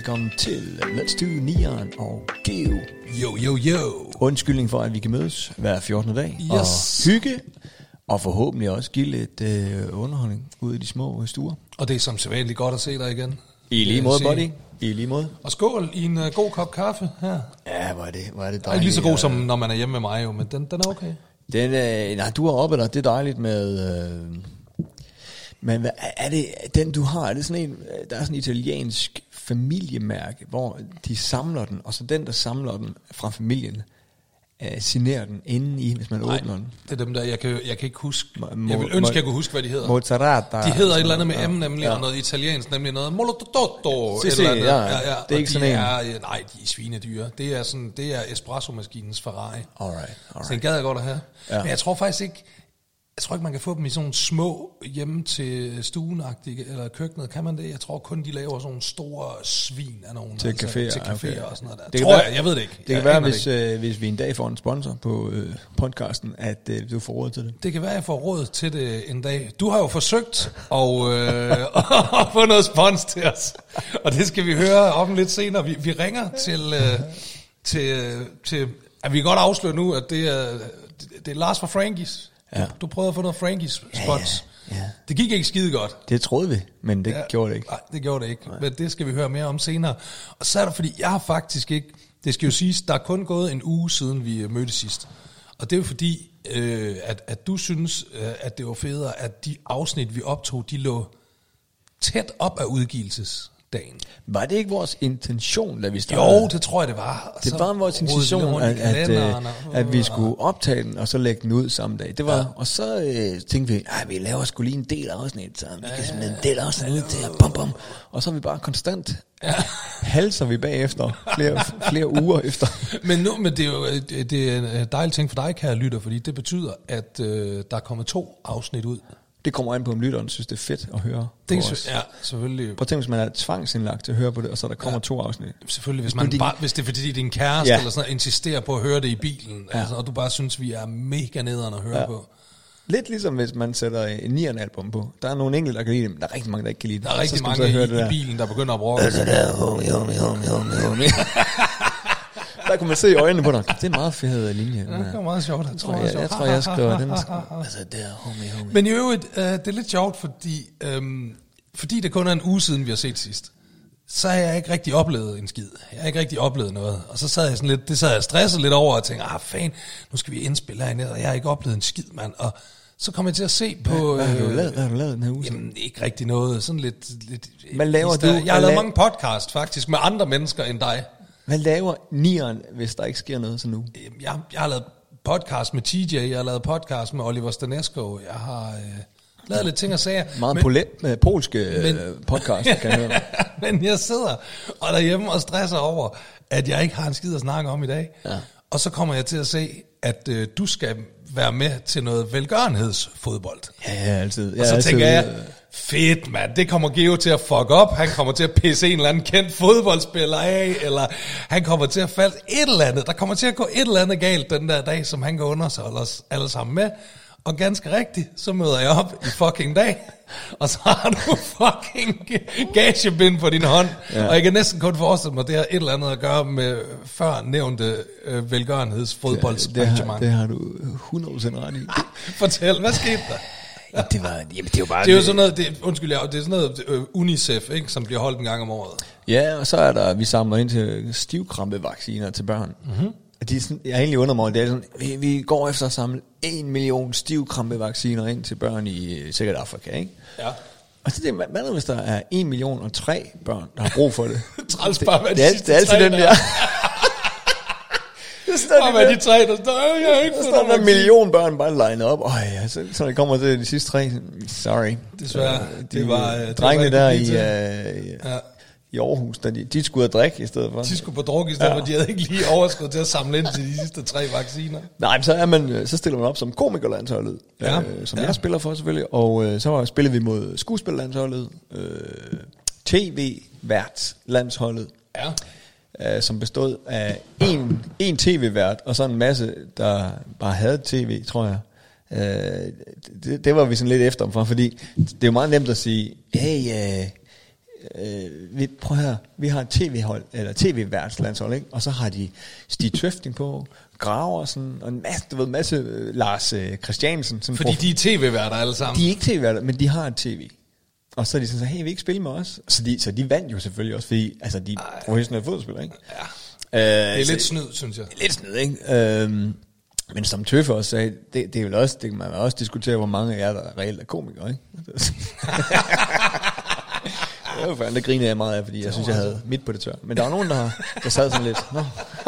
velkommen til Let's Do Neon og Geo. Yo. Undskyldning for, at vi kan mødes hver 14. dag Yes. og hygge, og forhåbentlig også give lidt underholdning ud i de små stuer. Og det er som sædvanligt godt at se dig igen. I lige måde, buddy. I lige måde. Og skål i en god kop kaffe her. Ja, hvor er det dejligt. Ikke lige så god som når man er hjemme med mig, jo, men den er okay. Nej, du har oppe dig. Det er dejligt med... men hvad er det, den du har? Er det sådan en, der er sådan en italiensk familiemærke, hvor de samler den, og så den, der samler den fra familien, signerer den inden i, hvis man åbner den? Det er dem der, jeg kan ikke huske. Jeg vil ønske, jeg kunne huske, hvad de hedder. Mozzarella. De hedder et eller andet med M, nemlig, og noget italiensk, nemlig noget molototto. Ja. Det er ikke sådan en. Nej, de er svinedyre. Det er espresso-maskinens Ferrari. Alright. Så den gad jeg godt at have. Ja. Men jeg tror faktisk ikke, man kan få dem i sådan små hjemme til stuen-agtige, eller køkkenet, kan man det? Jeg tror kun, de laver sådan store svin af nogen. Til caféer. Til caféer okay. og sådan noget der. Det tror jeg ved det ikke. Det kan være, hvis vi en dag får en sponsor på podcasten, at du får råd til det. Det kan være, at jeg får råd til det en dag. Du har jo forsøgt at få noget spons til os, og det skal vi høre om lidt senere. Vi ringer til at vi kan godt afsløre nu, at det er Lars fra Frankies. Ja. Du prøvede at få noget Frankies spons. Ja. Det gik ikke skide godt. Det troede vi, men det gjorde det ikke. Nej, det gjorde det ikke. Nej. Men det skal vi høre mere om senere. Og så er der, fordi jeg har faktisk ikke... Det skal jo siges, der er kun gået en uge siden vi mødtes sidst. Og det er jo fordi, at du synes, at det var federe, at de afsnit, vi optog, de lå tæt op af udgivelsesdagen. Var det ikke vores intention, da vi startede? Jo, det tror jeg, det var. Det var vores intention, at vi skulle optage den, og så lægge den ud samme dag. Det var, ja. Og så tænkte vi, vi laver sgu lige en del afsnit, så vi kan smide en del afsnit ud til bom. Og så er vi bare konstant halser vi bagefter, flere uger efter. Men det er jo det er en dejlig ting for dig, kære lytter, fordi det betyder, at der er kommet 2 afsnit ud. Det kommer an på, om lytteren synes, det er fedt at høre på os. Ja, selvfølgelig. Prøv at tænke, hvis man er tvangsindlagt til at høre på det, og så der kommer 2 afsnit. Selvfølgelig, hvis det er fordi din kæreste eller sådan noget, insisterer på at høre det i bilen, altså, og du bare synes, vi er mega nederen at høre på. Lidt ligesom hvis man sætter en Nieren-album på. Der er nogle enkelte, der kan lide dem. Der er rigtig mange, der ikke kan lide dem. Der er rigtig mange i bilen, der begynder at brokke. Homie. Der kunne man se i øjnene på dig. Det er en meget fed linje. Ja, det er meget sjovt. Jeg tror, jeg skriver den. Altså, det er homie. Men i øvrigt, det er lidt sjovt, fordi det kun er en uge siden, vi har set sidst, så har jeg ikke rigtig oplevet en skid. Jeg har ikke rigtig oplevet noget. Og så sad jeg sådan lidt, stresset lidt over og tænkte, fan, nu skal vi indspille herinde, og jeg har ikke oplevet en skid, mand. Og så kom jeg til at se på... Hvad har du lavet den her uge? Jamen, ikke rigtig noget. Sådan lidt hvad laver du? Jeg har lavet mange podcast, faktisk, med andre mennesker end dig. Hvad laver Nieren, hvis der ikke sker noget så nu? Jeg har lavet podcast med TJ, jeg har lavet podcast med Oliver Stanesco, jeg har lavet lidt ting og sager. Meget polske podcast, kan jeg høre. Men jeg sidder og derhjemme og stresser over, at jeg ikke har en skid at snakke om i dag. Ja. Og så kommer jeg til at se, at du skal være med til noget velgørenhedsfodbold. Ja, altid. Og så tænker jeg, fedt mand, det kommer Geo til at fuck op. Han kommer til at pisse en eller anden kendt fodboldspiller af, eller han kommer til at falde et eller andet. Der kommer til at gå et eller andet galt den der dag, som han kan underholde os alle sammen med. Og ganske rigtigt, så møder jeg op i fucking dag, og så har du fucking gagebind på din hånd. Ja. Og jeg kan næsten kun forestille mig, at det har et eller andet at gøre med før nævnte velgørenhedsfodboldsarrangement. Det har du 100% ret i. Fortæl, hvad skete der? Ja, det var bare... Det er jo sådan noget, det er sådan noget UNICEF, ikke, som bliver holdt en gang om året. Ja, og så er der, vi samler ind til stivkrampevacciner til børn. Mm-hmm. De er sådan, jeg har egentlig undret mig, det er sådan, vi går efter at samle 1 million stivkrampevacciner ind til børn i sikkert Afrika, ikke? Ja. Og så det, hvad nu, hvis der er 1 million og 3 børn, der har brug for det? det er altid den der. Det står med de 3, der står, jeg har ikke fået der er 1 million børn bare lined op. Så det kommer til de sidste 3. Sorry. Desværre. Drengene der i Aarhus, de skulle have drikke i stedet for. De skulle på druk i stedet for, de havde ikke lige overskud til at samle ind til de sidste 3 vacciner. Nej, så stiller man op som komikerlandsholdet, som jeg spiller for selvfølgelig, og så spillede vi mod skuespillerlandsholdet, tv-værtslandsholdet, som bestod af en tv-vært, og så en masse, der bare havde tv, tror jeg. Det var vi sådan lidt efter for, fordi det er jo meget nemt at sige, hey, prøv her, vi har et tv-hold, eller tv-værtslandshold, ikke? Og så har de Stig Tøfting på, Graversen, og en masse Lars Christiansen. Fordi de er tv-værter alle sammen. De er ikke tv-værter, men de har et tv. Og så er de sådan, hey, vi ikke spille med os? Så de vandt jo selvfølgelig også, fordi altså, de er professionelle fodboldspillere, ikke? Ja. Det er lidt snyd, synes jeg. Lidt snyd, ikke? Men som Tøffe også sagde, det er vel også, det kan man også diskutere, hvor mange af jer, der reelt er komikere, ikke? Det var fanden, det griner jeg meget af, fordi jeg synes, jeg havde midt på det tør. Men der var nogen, der sad sådan lidt. Nå.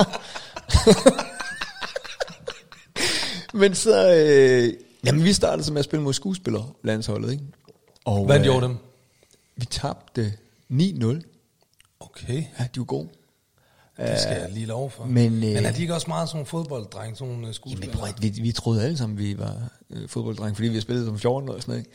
Men så, jamen vi startede så med at spille mod skuespillere, landsholdet, ikke? Og hvad gjorde dem? Vi tabte 9-0. Okay. Ja, de var gode. Det skal jeg lige love for. Men er de ikke også meget sådan fodbolddreng, sådan nogle skuespillere? Jamen, vi troede alle sammen, vi var fodbolddreng, fordi vi har spillet som 14 og sådan noget,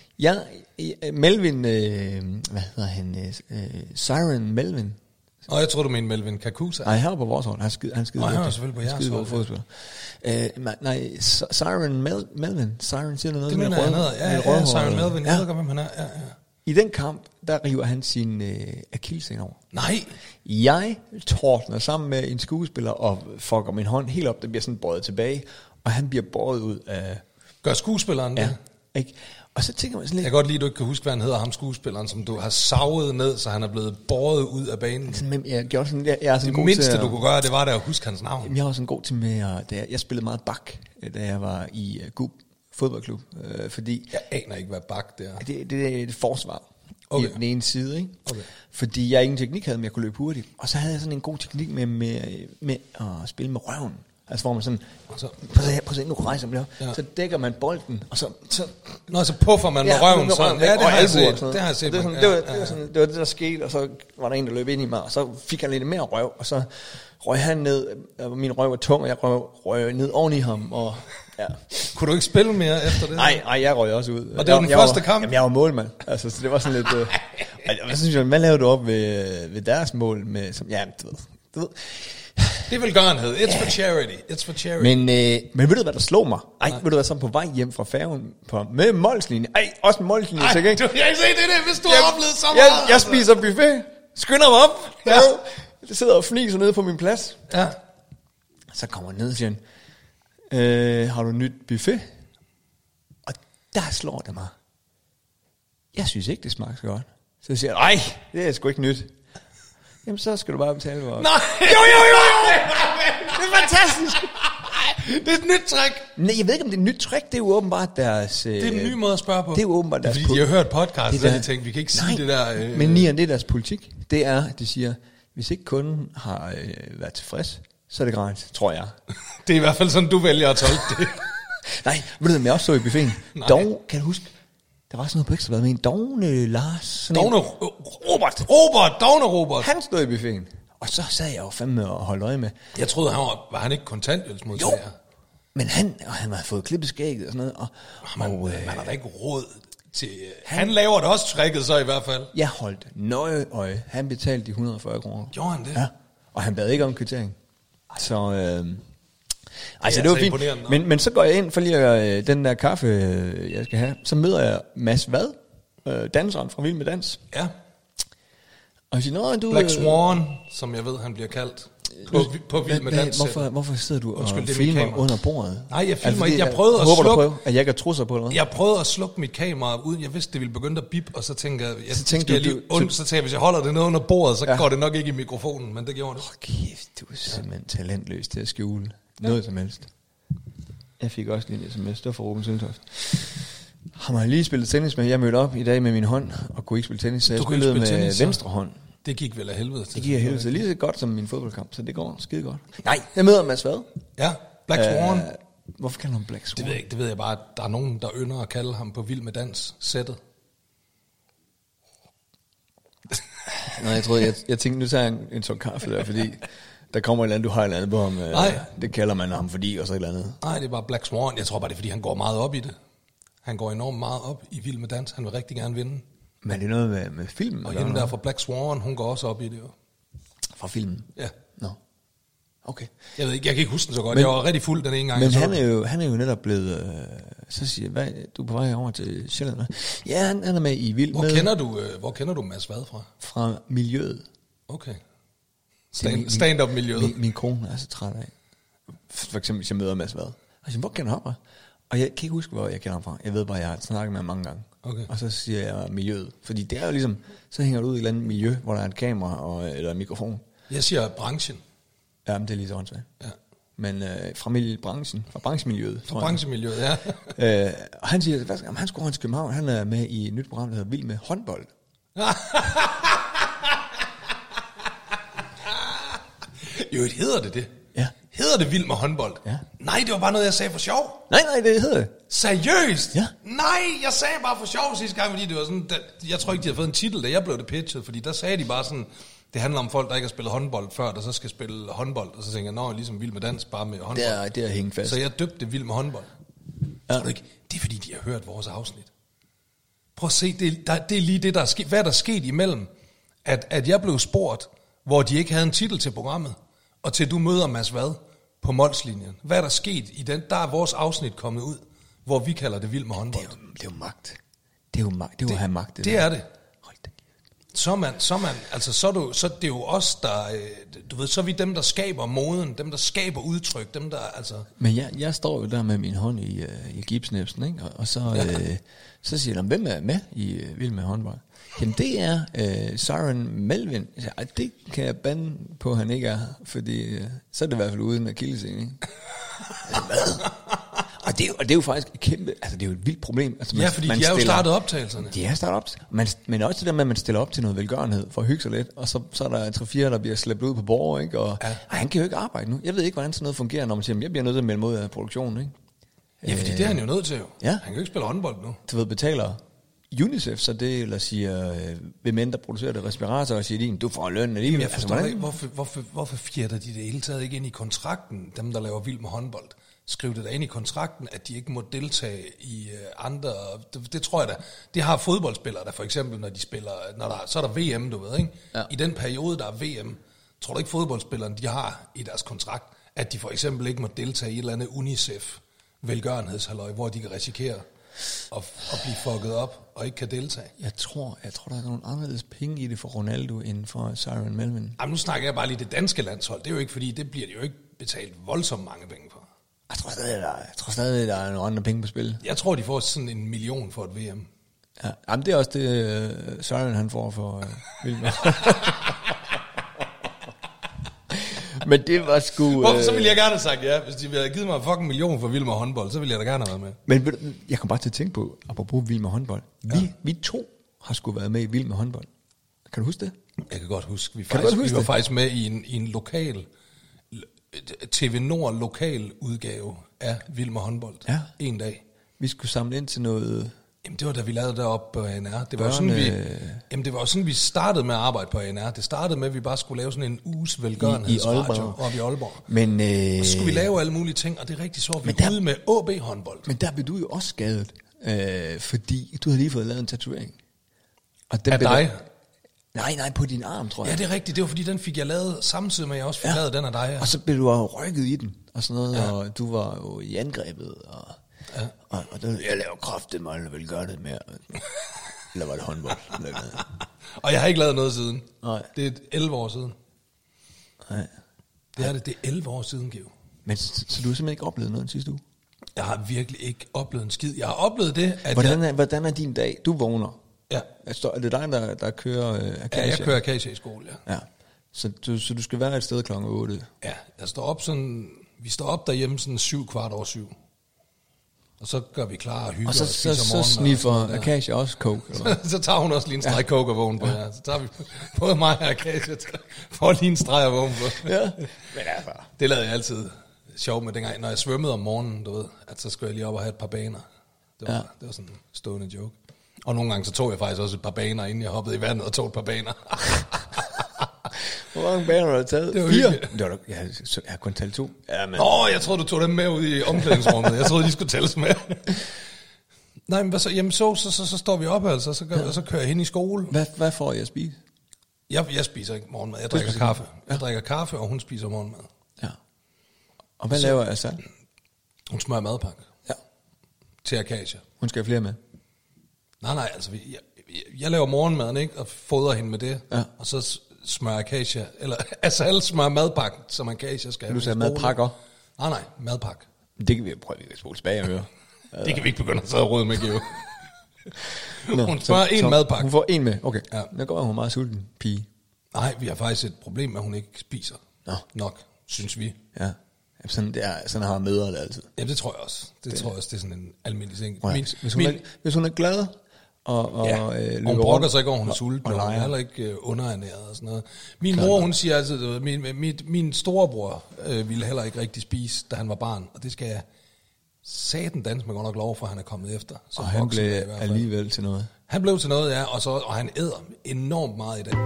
ikke? Melvin, hvad hedder han? Siren Melvin. Jeg tror du mener Melvin Kakusa. Nej, her på vores hold. Han skide han er selvfølgelig på jeres hold. Fodspiller. Nej, Siren Melvin. Siren siger noget. Det mener jeg, han hedder. Ja, Siren Melvin. Jeg ved godt, hvem han er. Ja. I den kamp, der river han sin akillescene over. Nej. Jeg tordner sammen med en skuespiller og fucker min hånd helt op. Det bliver sådan bøjet tilbage, og han bliver båret ud af... Gør skuespilleren det? Ja, ikke? Og så tænker man sådan lidt... Jeg kan godt lide, at du ikke kan huske, hvad han hedder, ham skuespilleren, som du har savet ned, så han er blevet båret ud af banen. Jeg gjorde sådan, jeg er sådan det god mindste, til at, du kunne gøre, det var da at huske hans navn. Jamen, jeg var sådan god til med at... Jeg spillede meget bak, da jeg var i GUB fodboldklub, fordi... Jeg aner ikke, hvad bak det er. Det er et forsvar. Okay. I den ene side, ikke? Okay. Fordi jeg ingen teknik havde, men jeg kunne løbe hurtigt. Og så havde jeg sådan en god teknik med at spille med røven. Altså hvor man sådan, prøv at se, nu rejser man så dækker man bolden, og så puffer man med røven sådan. Ja, det har jeg set. Det har jeg set. Det var det, der skete, og så var der en, der løb ind i mig, og så fik han lidt mere røv, og så røg han ned, min røv var tung, og jeg røg ned oven i ham, og ja. Kunne du ikke spille mere efter det? Nej, jeg røg også ud. Og det var den første kamp? Jamen, jeg var målmand, altså, så det var sådan lidt... hvad synes jeg, man lavede du op ved deres mål med... Ja, du ved. Det vil gørenhed. It's for charity. It's for charity. Men ved du, hvad der slog mig? Ved du hvad, så på vej hjem fra færgen med Molslinje. Også en Molslinje. Jeg kan se det, hvis du har oplevet så meget. Jeg spiser buffet. Skynder mig op. Ja. Jeg sidder og fniser nede på min plads. Ja. Så kommer jeg ned og siger, har du nyt buffet? Og der slår det mig. Jeg synes ikke, det smager så godt. Så jeg siger, nej, det er sgu ikke nyt. Jamen, så skal du bare betale for... Nej! Jo! Det er fantastisk! Det er et nyt trick! Nej, jeg ved ikke, om det er et nyt trick. Det er jo åbenbart deres... Det er en ny måde at spørge på. Det er jo åbenbart deres... Fordi de har hørt podcast, så de tænkte, vi kan ikke sige det der... Men Nian, det er deres politik. Det er, at de siger, hvis ikke kunden har været tilfreds, så er det gratis, tror jeg. Det er i hvert fald sådan, du vælger at tolke det. Nej, ved du, hvad jeg også så i buffeten? Dog, kan du huske... Der var sådan noget på Ekstrabladet med en Dogne Lars. Robert. Han stod i buffeten. Og så sad jeg jo fandme og holdt øje med. Jeg troede, var han ikke kontanthjælpsmodtager? Jo, men han havde fået klippet skægget og sådan noget. Man har da ikke råd til... Han laver det også tricket så i hvert fald. Jeg holdt nøje øje. Han betalte de 140 kroner. Gjorde han det? Ja, og han bad ikke om kvittering. Så... Altså det var fint, men så går jeg ind for lige den der kaffe, jeg skal have. Så møder jeg Mads Vad, danseren fra Vild med Dans. Ja. Og jeg siger, du... Black Swan, som jeg ved, han bliver kaldt på Vild med Dans. Hvorfor sidder du og filmer under bordet? Nej, jeg filmer ikke. Jeg prøvede at slukke... at jeg ikke har trusser på eller noget? Jeg prøvede at slukke mit kamera, uden jeg vidste, det ville begynde at bip, og så tænkte jeg, så tænkte jeg, hvis jeg holder det ned under bordet, så går det nok ikke i mikrofonen, men det gjorde det. Kæft, du er simpelthen talentløs til at skjule noget som helst. Jeg fik også lige en sms, det var fra Ruben Søltoft. Har man lige spillet tennis med? Jeg mødte op i dag med min hånd, og kunne ikke spille tennis, så jeg spillede med venstre hånd. Det gik vel af helvede til. Det gik af helvede til. Lige så godt som min fodboldkamp, så det går skide godt. Nej, jeg møder Mads Vad. Ja, Black Swan. Hvorfor kalder han Black Swan? Det ved jeg bare, at der er nogen, der ynder at kalde ham på Vild med Dans sættet. Nej, jeg tænkte, nu tager jeg en sådan kaffe der, fordi der kommer et eller andet, du har et eller andet på ham. Nej. Det kalder man ham fordi, og så et eller andet. Nej, det er bare Black Swan. Jeg tror bare, det er, fordi han går meget op i det. Han går enormt meget op i Vild med Dans. Han vil rigtig gerne vinde. Men det er noget med filmen? Og hende der fra Black Swan, hun går også op i det jo. Fra filmen? Ja. Nå. Okay. Jeg ved ikke, jeg kan ikke huske den så godt. Jeg var rigtig fuld den ene gang. Men han er jo netop blevet så siger jeg, du er på vej over til Sjælland? Ja, han er med i Vild Med. Hvor kender du Mads Vad fra? Fra miljøet. Okay. Stand-up miljøet. Min kone er så træt af. For eksempel, hvis jeg møder Mads Vad. Og jeg siger, hvor kender du ham fra? Og jeg kan ikke huske, hvor jeg kender ham fra. Jeg ved bare, jeg har snakket med ham mange gange. Okay. Og så siger jeg miljøet. Fordi det er jo ligesom, så hænger du ud i et eller andet miljø, hvor der er et kamera eller en mikrofon. Jeg siger branchen. Ja, men det er lige så åndssvagt. Ja. Men fra branchemiljøet. Fra branchemiljøet, ja. Og han siger, at han skulle til København. Han er med i et nyt program, der hedder Vild Med Håndbold. Jo, hedder det? Ja. Hedder det Vild Med Håndbold? Ja. Nej, det var bare noget, jeg sagde for sjov. Nej, det hedder det. Seriøst? Ja. Nej, jeg sagde bare for sjov sidste gang, fordi det var sådan, jeg tror ikke, de havde fået en titel, da jeg blev det pitchet, fordi der sagde de bare sådan, det handler om folk, der ikke har spillet håndbold før, der så skal spille håndbold, og så tænker jeg, ligesom Vild Med Dans, bare med håndbold. Det er hængt fast. Så jeg døbte det Vild Med Håndbold. Ja. Tror du ikke? Det er fordi, de har hørt vores afsnit. Prøv at se, det er lige det, der er sket. Hvad er der sket imellem, at jeg blev spurgt, hvor de ikke havde en titel til programmet, og til du møder Mads Vad på Molslinjen. Hvad er der sket i den? Der er vores afsnit kommet ud, hvor vi kalder det Vild Med Håndbold. Det er jo magt. Det er jo magt. Det er jo at have magt. Det er det. Så det er jo os, der, du ved, så er vi dem, der skaber moden, dem, der skaber udtryk, dem, der, altså... Men jeg står jo der med min hånd i gipsnæpsen, ikke? Og så, så siger de, hvem er med i Vild Med Håndbold? Jamen, det er Søren Melvin. Det kan jeg bande på, at han ikke er, fordi så er det i hvert fald uden akillescene, ikke? Hvad? Og det er jo faktisk et kæmpe, altså det er jo et vildt problem. Altså, ja, fordi de er jo startet optagelserne. De er startet op, men også det der med, at man stiller op til noget velgørenhed for at hygge sig lidt, og så er der 3-4, der bliver slæbt ud på borger, ikke? Og han kan jo ikke arbejde nu. Jeg ved ikke, hvordan sådan noget fungerer, når man siger, jeg bliver nødt til at melde mod af produktionen, ikke? Ja, fordi det er han jo nødt til jo. Ja. Han kan jo ikke spille håndbold nu. Du ved, betaler UNICEF så det, eller siger, hvem end der producerer det respirator, og siger, du får løn alligevel. Jeg forstår ikke, hvorfor fjerder de det hele taget ikke ind i kontrakten, dem der laver Vild Med Håndbold? Skriv det da ind i kontrakten, at de ikke må deltage i andre... Det tror jeg da. Det har fodboldspillere der for eksempel, når de spiller... så er der VM, du ved, ikke? Ja. I den periode, der er VM, tror du ikke fodboldspillerne, de har i deres kontrakt, at de for eksempel ikke må deltage i et eller andet UNICEF-velgørenhedshalløj, hvor de kan risikere at blive fucket op og ikke kan deltage. Jeg tror, der er nogle anderledes penge i det for Ronaldo, end for Søren Melvin. Jamen, nu snakker jeg bare lige det danske landshold. Det er jo ikke, fordi det bliver de jo ikke betalt voldsomt mange penge for. Jeg tror stadig, der er nogle andre penge på spil. Jeg tror, de får sådan 1 million for et VM. Ja, jamen det er også det, Søren han får for Vild Med. Men det var sgu... Hvorfor, så ville jeg gerne have sagt ja. Hvis de ville have givet mig fucking 1 million for Vild Med Håndbold, så ville jeg da gerne have været med. Men jeg kom bare til at tænke på, apropos Vild Med Håndbold. Vi to har sgu været med i Vild Med Håndbold. Kan du huske det? Jeg kan godt huske. Vi var faktisk med i en lokal... TV Nord lokal udgave af Vild Med Håndbold. Ja. En dag. Vi skulle samle ind til noget... Jamen det var da vi lavede deroppe på ANR. Det var jo sådan vi startede med at arbejde på ANR. Det startede med at vi bare skulle lave sådan en uges velgørenhedsradio oppe i Aalborg. Men og så skulle vi lave alle mulige ting, og det er rigtig så vi ude med AB håndbold. Men der blev du jo også skadet, fordi du havde lige fået lavet en tatovering. Og den af dig? Nej, på din arm, tror jeg. Ja, det er rigtigt. Det var fordi, den fik jeg lavet samtidig med, at jeg også fik lavet den af dig. Ja. Og så blev du rykket i den, og sådan noget, og du var jo i angrebet, og der, jeg laver kraftigt mig, eller vil gøre det mere. Eller var det håndbold? Og jeg har ikke lavet noget siden. Nej. Det er 11 år siden. Nej. Det er 11 år siden, Geo. Men så du har simpelthen ikke oplevet noget sidste uge? Jeg har virkelig ikke oplevet en skid. Jeg har oplevet det, at Hvordan er din dag? Du vågner. Ja. Er det dig, der kører Akacia? Ja, jeg kører Akacia i skole, ja. Så du skal være et sted kl. 8? Ja, jeg står op sådan... Vi står op derhjemme sådan 7:15. Og så gør vi klar og hygger og så sniffer Akacia også coke? Så tager hun også lige en streg coke og vågen på. Ja. Så tager vi både mig og Akacia får lige en streg og vågen på. Ja. Men altså. Det lavede jeg altid sjov med dengang, når jeg svømmede om morgenen, du ved, at så skulle jeg lige op og have et par baner. Det var sådan en stående joke. Og nogle gange så tog jeg faktisk også et par baner, inden jeg hoppede i vandet og tog et par baner. Hvor mange baner har du taget? Det var 4? Jeg har kun talt 2. Ja, men... jeg troede, du tog dem med ud i omklædningsrummet. Jeg troede, de skulle tælles med. Nej, men så står vi op, altså, så kører jeg hen i skole. Hvad får jeg at spise? Jeg spiser ikke morgenmad. Jeg drikker kaffe. Jeg drikker kaffe, og hun spiser morgenmad. Ja. Og hvad laver jeg så? Hun smører madpakke. Ja. til Akasia. Hun skal have flere med. Nej, altså jeg laver morgenmaden, ikke? Og fodrer hende med det. Ja. Og så smører Akasia, eller Asal smører madpakken, som Akasia skal have. Du sagde madpakker? Nej, madpakke. Det kan vi prøve, vi kan spole tilbage og høre. Det kan vi ikke begynde at tage råd med, Geo. Hun smører en madpakke. Hun får en med, okay. Ja. Det går, hun er meget sulten, pige. Nej, vi har faktisk et problem med, at hun ikke spiser nok, synes vi. Ja, sådan har mødre det altid. Ja, det tror jeg også. Det tror jeg også, det er sådan en almindelig ting. Hvis hun er glad, og hun brokker sig ikke over, hun er sulten, og hun er heller ikke underernæret og sådan noget. Min mor, hun siger altid, min storebror ville heller ikke rigtig spise, da han var barn, og det skal jeg satan danse med godt nok lov for, at han er kommet efter. Og han blev alligevel til noget. Han blev til noget, ja, og han æder enormt meget i dag.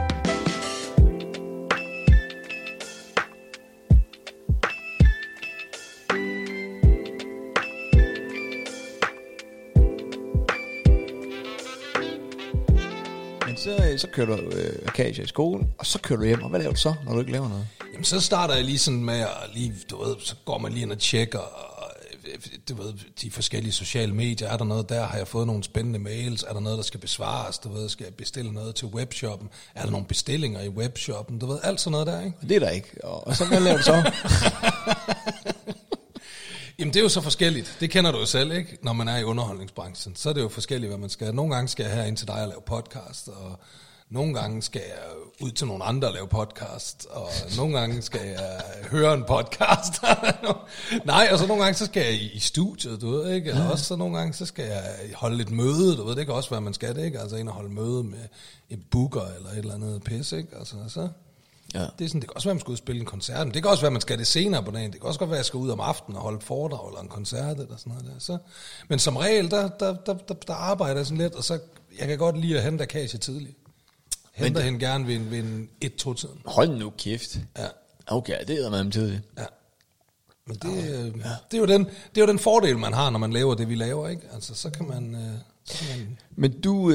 Så kører du Akasia i skole, og så kører du hjem, og hvad laver du så, når du ikke laver noget? Jamen, så starter jeg lige sådan med, så går man lige ind og tjekker, de forskellige sociale medier, er der noget der, har jeg fået nogle spændende mails, er der noget, der skal besvares, skal jeg bestille noget til webshoppen, er der nogle bestillinger i webshoppen, alt sådan noget der, ikke? Det er der ikke, og så hvad laver du så? Jamen, det er jo så forskelligt. Det kender du jo selv, ikke? Når man er i underholdningsbranchen, så er det jo forskelligt, hvad man skal. Nogle gange skal jeg her ind til dig og lave podcast, og nogle gange skal jeg ud til nogle andre og lave podcast, og nogle gange skal jeg høre en podcast. Nej, og så nogle gange så skal jeg i studiet, du ved, ikke? Eller også så nogle gange så skal jeg holde et møde, du ved, det kan også være, man skal det, ikke? Altså ind og holde møde med en booker eller et eller andet pis, ikke? Altså så... Ja. Det er sådan, det kan også være, man skal ud og spille en koncert, men det kan også være, man skal det senere på dagen. Det kan også godt være, at jeg skal ud om aftenen og holde et foredrag eller en koncert eller sådan noget der. Så, men som regel, der arbejder jeg sådan lidt, og så jeg kan godt lide at hente Akasia tidligt. Henter hende gerne ved en 1-2-tiden. Hold nu kæft. Ja. Okay, det er man tidligt. Ja. Men det er jo den fordel, man har, når man laver det, vi laver, ikke? Altså, så kan man... Men du...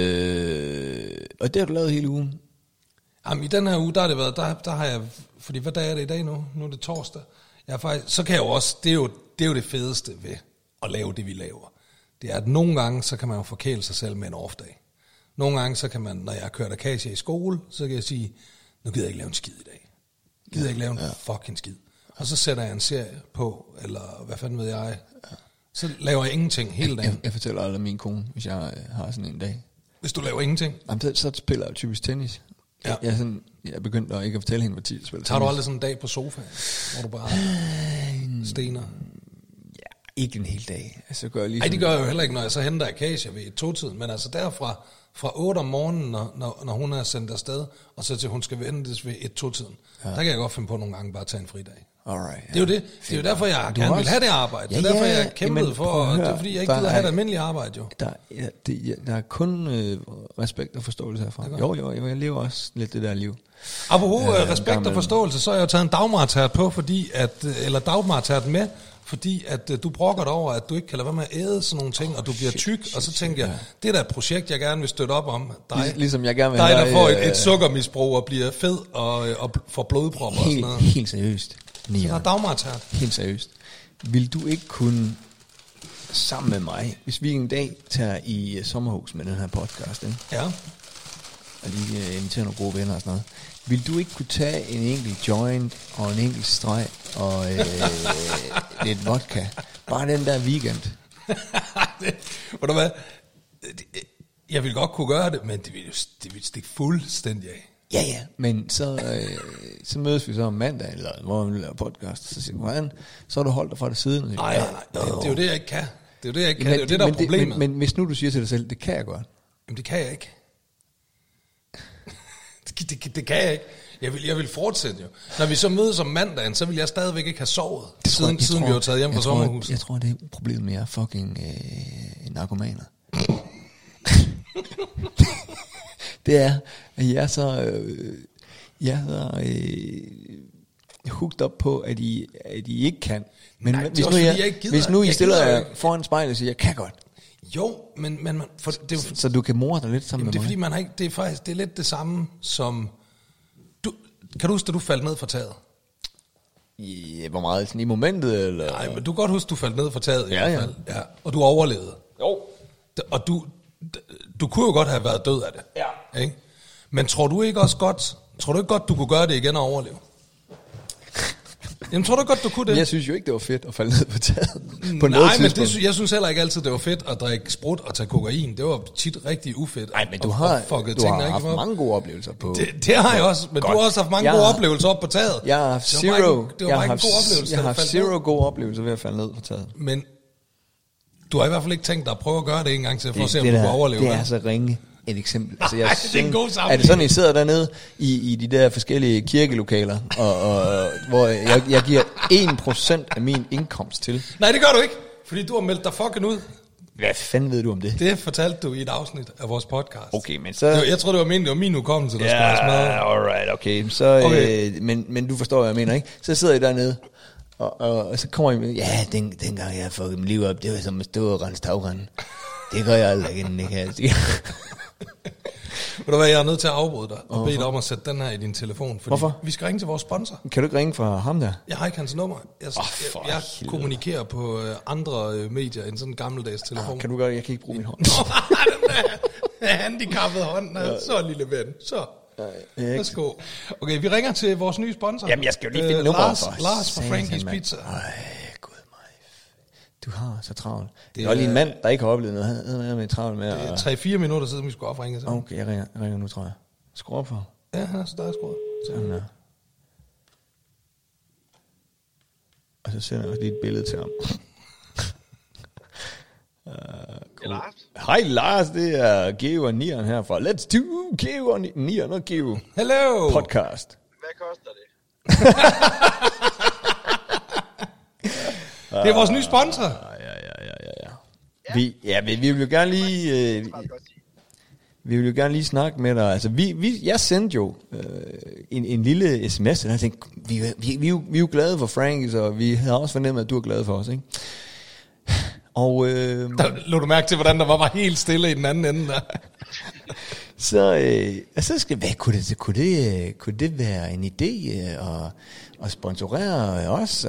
og det har du lavet hele ugen? Jamen, i den her uge, der har jeg, fordi hvad dag er det i dag nu? Nu er det torsdag. Så kan jeg jo også, det er jo det fedeste ved at lave det, vi laver. Det er, at nogle gange, så kan man jo forkæle sig selv med en off-dag. Nogle gange, så kan man, når jeg har kørt Akasia i skole, så kan jeg sige, nu gider jeg ikke lave en skid i dag. Gider jeg ikke lave en fucking skid. Og så sætter jeg en serie på, eller hvad fanden ved jeg. Så laver jeg ingenting hele dagen. Jeg fortæller aldrig min kone, hvis jeg har sådan en dag. Hvis du laver ingenting? Jamen, så spiller jeg typisk tennis. Ja. Jeg er begyndt at ikke at fortælle hende, hvor tid jeg spiller tennis. Tager du aldrig sådan en dag på sofaen, hvor du bare stener? Ja, ikke en hel dag. Altså, gør jeg lige nej, det gør jeg jo heller ikke, når jeg så henter Akasia ved 2-tiden. Men altså derfra, fra 8 om morgenen, når hun er sendt afsted, og så til hun skal ventes ved 1-2-tiden. Ja. Der kan jeg godt finde på nogle gange bare at tage en fridag. Alright, ja. Det er jo det. Det er jo derfor, jeg gerne vil have det arbejde. Det er derfor, jeg kæmpede for, og det er fordi, jeg ikke gider have det almindelige arbejde, jo. Der er kun respekt og forståelse herfra. Jo, jeg lever også lidt det der liv. Apropos respekt og forståelse, så har jeg jo taget en dagmartert på, eller dagmartert med, fordi at du brokker dig over, at du ikke kan lade være med at æde sådan nogle ting, og du bliver tyk, og så tænker jeg, det er da et projekt, jeg gerne vil støtte op om. Dig, ligesom jeg gerne vil dig der får et sukkermisbrug og bliver fed og får blodpropper og sådan noget. Helt seriøst. Så der er dagmartert. Helt seriøst. Vil du ikke kunne sammen med mig, hvis vi en dag tager i sommerhus med den her podcast, ikke? Ja. Og lige inviterer nogle gode venner og sådan noget, vil du ikke kunne tage en enkelt joint og en enkelt streg og lidt vodka? Bare den der weekend. Ved du hvad? Jeg vil godt kunne gøre det, men det vil stikke fuldstændig af. Ja, men så mødes vi så om mandag, eller hvor vi laver podcast, så siger hvordan, så har du holdt dig fra det siden. Nej, det er jo det, jeg ikke kan. Det er jo det, jeg ikke kan. Det er jo det, der er problemet. Men hvis nu du siger til dig selv, det kan jeg godt. Jamen, det kan jeg ikke. Det kan jeg ikke. Jeg vil fortsætte jo. Når vi så mødes om mandagen, så vil jeg stadigvæk ikke have sovet, siden vi har taget hjem fra sommerhuset. Jeg tror, det er problemet med jer fucking narkomaner. Det er, at jeg er så hooked op på, at I ikke kan. Men nej, hvis nu I stiller jer foran spejlet og siger, jeg kan godt. Jo, men for det er, så du kan more dig lidt sammen med det er mig. Fordi man har ikke, det er faktisk det er lidt det samme som kan du huske, da du faldt ned fra taget? Hvor meget? Sådan i momentet, eller? Nej, men du kan godt huske, du faldt ned fra taget i Ja, hvert fald. Ja. Og du overlevede. Jo. Og du kunne jo godt have været død af det. Ja. Ikke? Men tror du ikke godt, du kunne gøre det igen og overleve? Jamen, tror du godt, du kunne det? Jeg synes jo ikke, det var fedt at falde ned på taget. På Nej, men jeg synes heller ikke altid, det var fedt at drikke sprut og tage kokain. Det var tit rigtig ufedt. Nej, men du har haft mange gode oplevelser på... Det har jeg også, men godt. Du har også haft mange gode oplevelser op på taget. Jeg har haft zero gode oplevelser ved at falde ned på taget. Men du har i hvert fald ikke tænkt dig at prøve at gøre det en gang til, for at se, om du kan overleve. Det er så ringe et eksempel. Altså, det er en god sammenligning. Er det sådan, I sidder dernede i de der forskellige kirkelokaler, og hvor jeg giver 1% af min indkomst til? Nej, det gør du ikke, fordi du har meldt dig fucking ud. Hvad fanden ved du om det? Det fortalte du i et afsnit af vores podcast. Okay, men så... Jeg tror, det var min hukommelse, der skulle have smadret. Alright, okay. Så, okay. Men du forstår, hvad jeg mener, ikke? Så sidder I dernede, og så kommer I med, ja, dengang jeg fuckede mit liv op, det var som at stå og rense tagrenden. Det gør jeg aldrig igen, det kan jeg sige. Ved du hvad, jeg er nødt til at afbryde dig og bede dig om at sætte den her i din telefon. Fordi hvorfor? Vi skal ringe til vores sponsor. Kan du ikke ringe fra ham der? Jeg har ikke hans nummer. Jeg kommunikerer på andre medier end sådan en gammeldags telefon. Kan du gøre? Jeg kan ikke bruge min hånd. Den handicappede hånd. Så lille ven. Så. Værsgo. Okay, vi ringer til vores nye sponsor. Jamen, jeg skal jo lige finde nummeret for. Lars fra Frankie's Pizza. Gud mig. Du har så travlt. Det er jo lige en mand, der ikke har oplevet noget. Han er med travlt med. Det er 3-4 minutter siden, vi skulle opringe til. Okay, jeg ringer nu, tror jeg. Skru op for. Ja, han er så der er skruet. Sådan der. Og så sender jeg også lige et billede til ham. Lars. Hej Lars, det er Geo og Nieren herfra. Let's do Geo og Nieren og Geo. Hello. Podcast. Hvad koster det? Det er vores nye sponsor. Ja. Vi vil jo gerne lige... vi vil jo gerne lige snakke med dig. Altså, jeg sendte jo en lille sms, og jeg tænkte, vi er jo glade for Frankies, og vi havde også fornemmet, at du er glad for os, ikke? Og der lå du mærke til, hvordan der var helt stille i den anden ende der. så skal kunne det være en idé at sponsorere os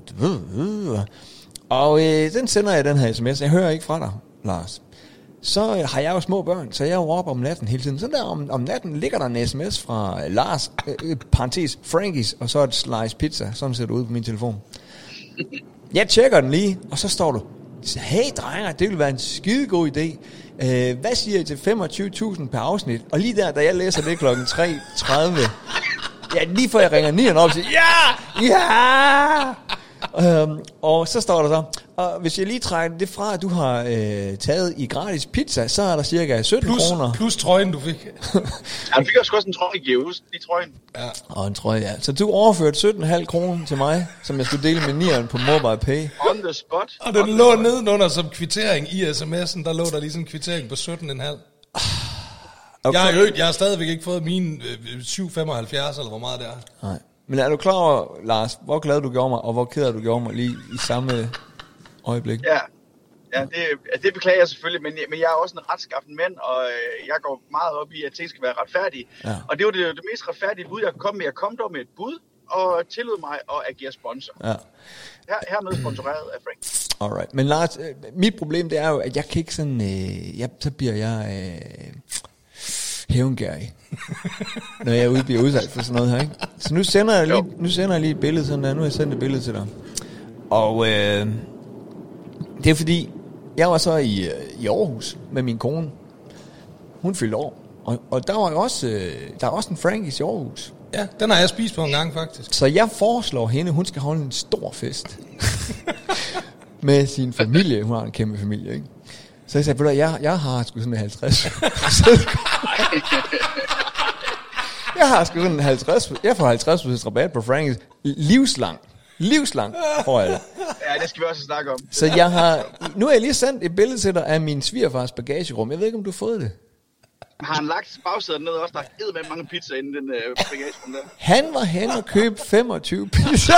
og den sender jeg den her sms. Jeg hører ikke fra dig, Lars. Så har jeg jo små børn, så jeg er jo oppe om natten hele tiden. Så der om natten ligger der en sms fra Lars, parentes Frankies, og så et slice pizza. Sådan ser det ud på min telefon. Jeg tjekker den lige, og så står du: hey drenger, det vil være en skidegod idé. Hvad siger I til 25.000 per afsnit? Og lige der, da jeg læser det klokken 3:30, ja, lige før jeg ringer Nieren op og siger, ja! Og så står der så, og hvis jeg lige trækker det fra, at du har taget i gratis pizza, så er der cirka 17 kroner. Plus trøjen, du fik. Han fik også en trøje, Geus, i trøjen. Ja. Og en trøje, ja. Så du overførte 17,5 kroner til mig, som jeg skulle dele med Nieren på MobilePay. On the spot. Og den lå nedenunder som kvittering i sms'en, der lå der lige sådan en kvittering på 17,5. Okay. Jeg har stadigvæk ikke fået mine 7,75 eller hvor meget det er. Nej. Men er du klar over, Lars, hvor glad du gjorde mig, og hvor ked du gjorde mig lige i samme øjeblik? Ja, det beklager jeg selvfølgelig, men jeg er også en retskaffen mand, og jeg går meget op i, at ting skal være retfærdige. Ja. Og det var det mest retfærdige bud, jeg kom med. Jeg kom dog med et bud, og tillod mig at agere sponsor. Ja. Hermed sponsoreret af Frank. Alright, men Lars, mit problem det er jo, at jeg kan ikke sådan, så bliver jeg hævngærig, når jeg bliver udsat for sådan noget her, ikke? Så nu sender jeg lige et billede sådan der. Nu har jeg sendt et billede til dig. Og det er fordi, jeg var så i Aarhus med min kone. Hun fyldte år. Og der var jo også, en Frankies i Aarhus. Ja, den har jeg spist på en gang faktisk. Så jeg foreslår hende, hun skal holde en stor fest. med sin familie. Hun har en kæmpe familie, ikke? Så jeg sagde, jeg har sgu sådan en 50. Jeg har sgu sådan en 50. Jeg får 50% rabat på Frankies. Livslang får jeg det. Ja, det skal vi også snakke om. Så nu har jeg lige sendt et billede til dig af min svigerfars bagagerum. Jeg ved ikke, om du har fået det. Har han lagt bagsædet ned også? Der er med mange pizzaer inden den bagagerum der. Han var hen og købte 25 pizza.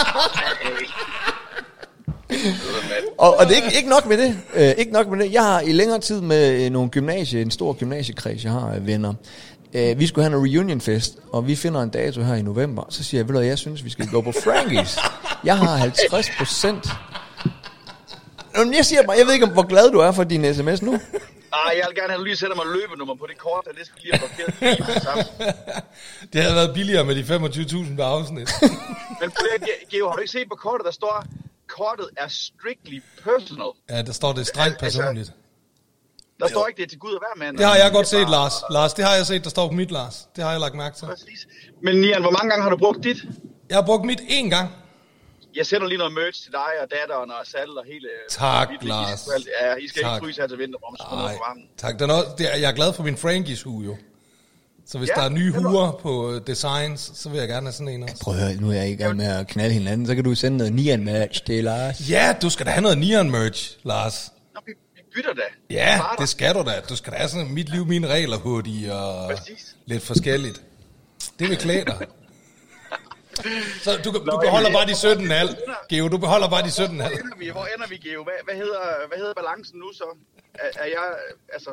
Og det er ikke nok med det. Ikke nok med det. Jeg har i længere tid med en stor gymnasiekreds, jeg har venner. vi skulle have en reunionfest, og vi finder en dato her i november. Så siger jeg, ved du, jeg synes, vi skal gå på Frankies. Jeg har 50%. Men jeg siger bare, jeg ved ikke, hvor glad du er for din sms nu. Jeg vil gerne have, at du lige sætter mig løbenummer på det kort, og det skal lige have blokeret sammen. Det havde været billigere med de 25.000 på afsnit. Men Geo, har du ikke set på kortet, der står, kortet er strictly personal? Ja, der står det strengt personligt. Der står ikke, det er til Gud og hver mand. Det har jeg godt set, Lars. Lars, det har jeg set, der står på mit, Lars. Det har jeg lagt mærke til. Præcis. Men Nian, hvor mange gange har du brugt dit? Jeg har brugt mit 1 gang. Jeg sætter lige noget merch til dig og datteren og Sal og hele... Tak, Lars. Ja, I skal ikke fryse her til vinter, hvor man skal noget for varmen. Tak. Jeg er glad for min Frankies hue, jo. Så hvis der er nye huer på designs, så vil jeg gerne have sådan en også. Prøv at høre, nu er jeg i gang med at knalde hinanden, så kan du sende noget Nian-merch til Lars. Ja, du skal da have noget Nian-merch, Lars. Nå, vi bytter da. Ja, det skal du da. Du skal da have sådan mit liv, mine regler hoodie og lidt forskelligt. Det vil klæde dig. Så du beholder bare de 17,5. Geo, du beholder bare de 17,5. Hvor ender vi, Geo? Hvad hedder balancen nu så? Er jeg, altså...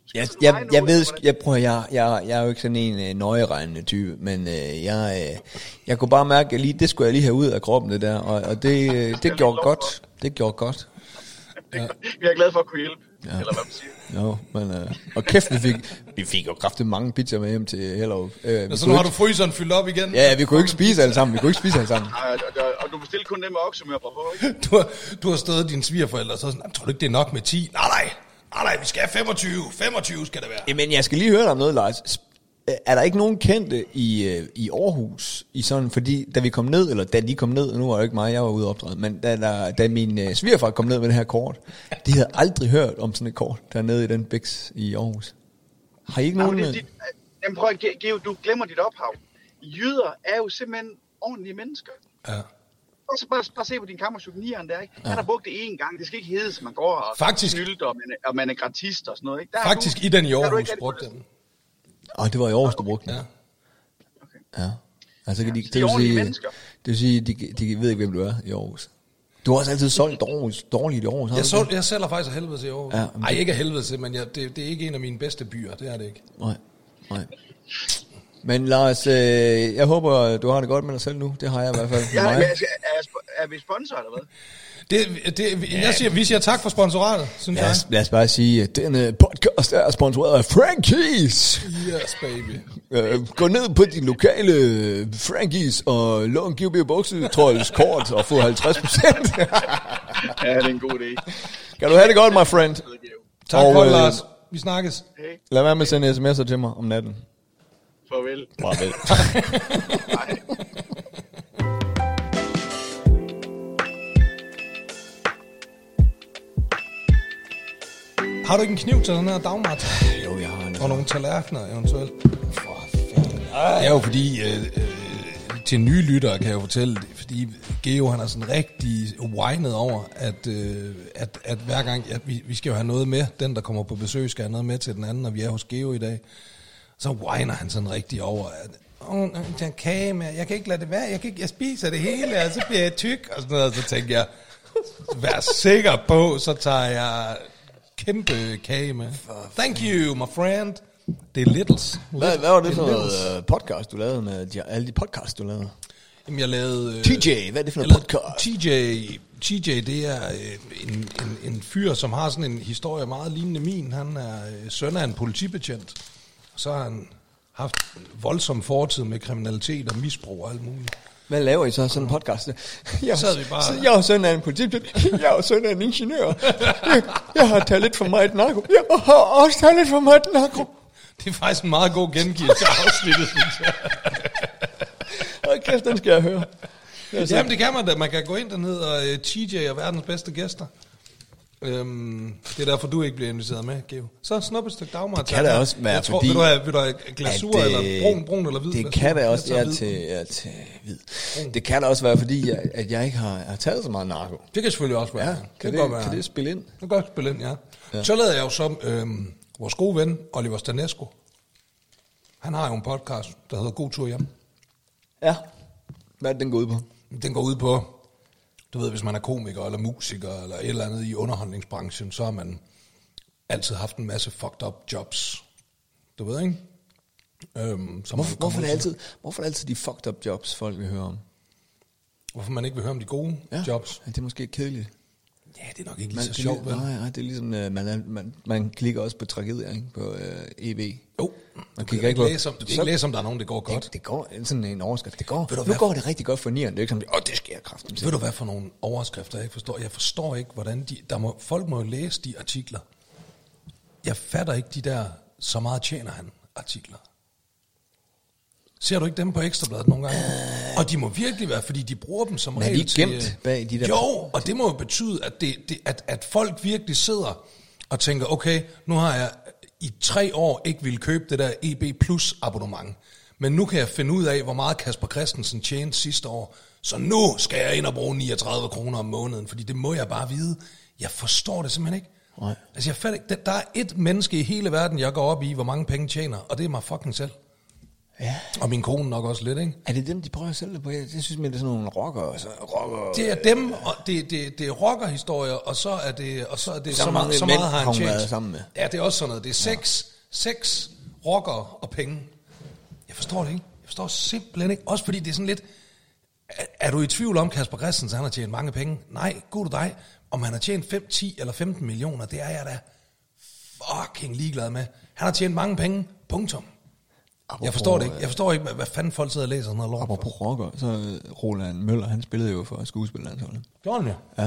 Jeg er jo ikke sådan en nøjeregnende type, men jeg kunne bare mærke, at det skulle jeg lige have ud af kroppen, det der, og det gjorde godt. Det gjorde godt. Ja. Vi er glade for at kunne hjælpe, eller hvad man siger. Jo, men... og kæft, vi fik jo kraftigt mange pizzaer med hjem til Hellerup. Så nu har du fryseren fyldt op igen? Ja, vi kunne ikke spise alle sammen. Og du bestilte kun dem med oksemør på, ikke? Du har stået dine svigerforældre, så sådan, tror du ikke, det er nok med 10? Nej, vi skal have 25. 25 skal det være. Jamen, jeg skal lige høre dig om noget, Lars. Er der ikke nogen kendte i Aarhus, i sådan, fordi da vi kom ned, eller da de kom ned, nu var det ikke mig, jeg var ude og optræde, men da min svigerfar kom ned med det her kort, de havde aldrig hørt om sådan et kort, dernede i den biks i Aarhus. Har I ikke nogen... Jamen prøv at, Geo, du glemmer dit ophav. Jyder er jo simpelthen ordentlige mennesker. Ja. Og så bare se på din kammerchuk Nieren der, ikke? Han har brugt det 1 gang. Det skal ikke hedde, som man går og snylder, og man er gratist og sådan noget, ikke? Der faktisk i den i Aarhus brugte den. Det var i Aarhus, du brugte den. Ja. Okay. Ja. Altså, det vil sige, de ved ikke, hvem du er i Aarhus. Du har også altid solgt dårligt i Aarhus. Jeg sælger faktisk af helvede til Aarhus. Ja, ej, ikke af helvede til, men det er ikke en af mine bedste byer. Det er det ikke. Nej. Men Lars, jeg håber, du har det godt med dig selv nu. Det har jeg i hvert fald. Er vi sponsor eller hvad? Vi siger tak for sponsoratet, synes jeg. Lad os bare sige, at denne podcast er sponsoreret af Frankies. Yes, baby. Gå ned på de lokale Frankies og lån GB Buksetrolls kort og få 50%. Ja, det er en god idé. Kan du have det godt, my friend? Tak for det, Lars. Vi snakkes. Hey. Lad være med at sende sms'er til mig om natten. Farvel. Hej. Har du ikke en kniv til den her dagmat? Jo, jeg har en. Og nogle tallerkener eventuelt. For fanden. Det er jo fordi, til nye lyttere kan jeg jo fortælle, fordi Geo han er sådan rigtig whinet over, at hver gang, vi skal jo have noget med, den der kommer på besøg skal have noget med til den anden, når vi er hos Geo i dag. Så whiner han sådan rigtig over, at den kage med, jeg kan ikke lade det være, jeg spiser det hele, og så bliver jeg tyk, og sådan noget, og så tænker jeg, vær sikker på, så tager jeg kæmpe kage med. Thank you, my friend. Det er Littles. Hvad var det for noget podcast, du lavede med alle de podcasts, du lavede? Jamen, jeg lavede... TJ, hvad er det for noget podcast? TJ, det er en fyr, som har sådan en historie meget lignende min. Han er søn af en politibetjent. Så har han haft voldsom fortid med kriminalitet og misbrug og alt muligt. Hvad laver I så sådan en podcast? Jeg er søn af en politibetjent. Jeg er søn af en ingeniør. Jeg har taget lidt for meget narko. Jeg har også taget lidt for meget narko. Det er faktisk en meget god gengivelse af afsnittet, synes jeg. Kæft, den skal jeg høre. Jamen, det kan man da. Man kan gå ind derned og TJ og verdens bedste gæster. Det er derfor, du ikke bliver inviteret med, Geo. Så snup et stykke dagmad. Det kan da også være, fordi... Vil du have glasur, eller brun eller hvid? Det kan da også være til hvid. Det kan da også være, fordi at jeg ikke har taget så meget narko. Det kan selvfølgelig også være. Ja, kan det spille ind? Det kan godt spille ind, ja. Så lavede jeg jo som vores gode ven, Oliver Stanesco. Han har jo en podcast, der hedder God Tur Hjem. Ja. Hvad er det, den går ud på? Den går ud på... Du ved, hvis man er komiker eller musiker eller et eller andet i underholdningsbranchen, så har man altid haft en masse fucked up jobs. Du ved, ikke? Hvorfor er det altid de fucked up jobs, folk vil høre om? Hvorfor man ikke vil høre om de gode jobs? Ja, det er måske kedeligt. Ja, det er nok ikke lige så sjovt, vel? Nej, det er ligesom, man klikker også på tragedier, ikke? På EV. Jo, man kan ikke læse, om der er nogen, det går godt. Det går sådan en overskrift. Nu går det rigtig godt for nieren. Det er ikke sådan, det sker kraftigt. Ved du hvad for nogle overskrifter, jeg ikke forstår? Jeg forstår ikke, hvordan folk må jo læse de artikler. Jeg fatter ikke de der, så meget tjener han artikler. Ser du ikke dem på Ekstrabladet nogle gange? Og de må virkelig være, fordi de bruger dem som regel til... gemt bag de der... Jo, og det må jo betyde, at folk virkelig sidder og tænker, okay, nu har jeg i 3 år ikke ville købe det der EB Plus abonnement, men nu kan jeg finde ud af, hvor meget Kasper Christensen tjente sidste år, så nu skal jeg ind og bruge 39 kroner om måneden, fordi det må jeg bare vide. Jeg forstår det simpelthen ikke. Nej. Altså, jeg fatter ikke. Der er et menneske i hele verden, jeg går op i, hvor mange penge tjener, og det er mig fucking selv. Ja. Og min kone nok også lidt, ikke? Er det dem, de prøver at sælge det på? Jeg synes, det er sådan nogle rockere. Det er dem, og det er rockerhistorier, og så er det så meget har han tjent. Sammen med. Ja, det er også sådan noget. Det er sex, rockere og penge. Jeg forstår det ikke. Jeg forstår simpelthen ikke. Også fordi det er sådan lidt... Er du i tvivl om, Kasper Christensen han har tjent mange penge? Nej, god dig. Om han har tjent 5, 10 eller 15 millioner, det er jeg da fucking ligeglad med. Han har tjent mange penge. Punktum. Jeg forstår det ikke. Jeg forstår ikke, hvad fanden folk sidder og læser sådan noget lort. Apropos rocker, så Roland Møller, han spillede jo for skuespillerlandsholdet. Gjorde han ja?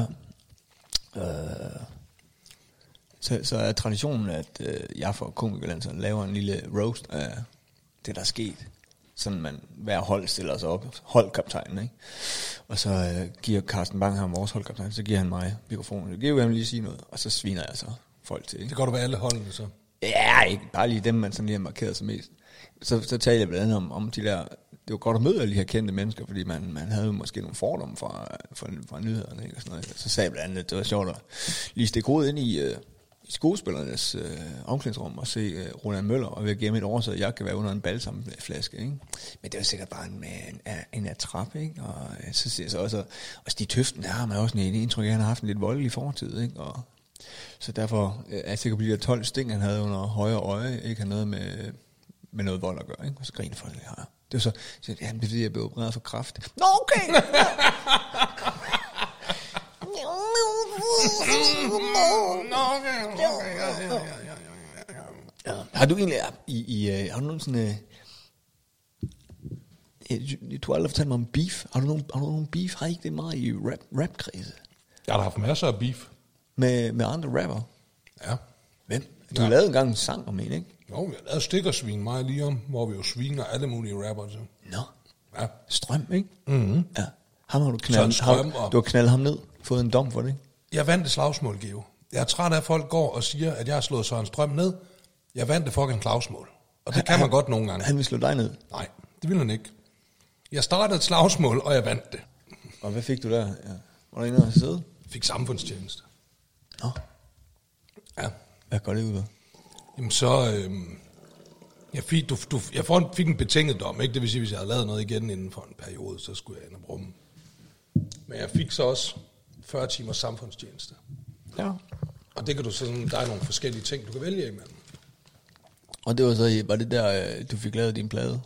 Så er traditionen, at jeg for komikerlandsholdet laver en lille roast af det, der er sket. Sådan man hver hold stiller sig op. Holdkaptajnen, ikke? Og så giver Carsten Bang ham vores holdkaptajn, så giver han mig mikrofonen. Så giver han lige sige noget, og så sviner jeg så folk til. Ikke? Det går du ved alle holdene så? Ja, ikke bare lige dem, man sådan lige har markeret sig mest. Så taler jeg blandt andet om de der... Det var godt at møde alle de her kendte mennesker, fordi man havde måske nogle fordomme fra nyhederne, ikke? Og sådan noget. Så sagde jeg blandt andet, at det var sjovt at lige stikke hovedet ind i skuespillernes omklædningsrum og se Roland Møller, og ved at give et år, så jeg kan være under en balsamflaske, ikke? Men det var sikkert bare en attrap, ikke? Og så ser jeg så også Stig Tøften, der har man også en indtryk af, at han har haft en lidt voldelig fortid, ikke? Og så derfor er jeg sikker på, at de der 12 sting, han havde under højre øje, ikke har noget med noget vold at gøre, ikke? Og så griner folk, ja. Det var så ja, det er fordi, jeg blev opereret for kræft. Nå, okay! Har du egentlig har du nogen sådan du har aldrig fortalt mig om beef. Har du nogen beef? Har I ikke det meget i rap-kredse? Jeg har haft masser af beef. Med andre rapper? Ja. Hvem? Du har lavet engang en sang om en, ikke? Jo, vi har lavet Stikkersvin mig lige om, hvor vi jo sviner alle mulige rapper til. Nå. Ja. Strøm, ikke? Mhm. Ja. Ham har du knaldet. Du har knaldet ham ned. Fået en dom for det, ikke? Jeg vandt det slagsmål, Geo. Jeg er træt af, at folk går og siger, at jeg har slået Søren Strøm ned. Jeg vandt det fucking slagsmål. Og det kan man godt nogle gange. Han vil slå dig ned? Nej, det vil han ikke. Jeg startede et slagsmål, og jeg vandt det. Og hvad fik du der? Ja. Var du inde og sidde? Fik samfundstjeneste. Nå. Ja. Hvad går det ud af? Jamen så... Jeg fik en betinget dom, ikke? Det vil sige, hvis jeg havde lavet noget igen inden for en periode, så skulle jeg ind og brumme. Men jeg fik så også 40 timers samfundstjeneste. Ja. Og det kan du sådan, der er nogle forskellige ting, du kan vælge imellem. Og det var det der, du fik lavet din plade?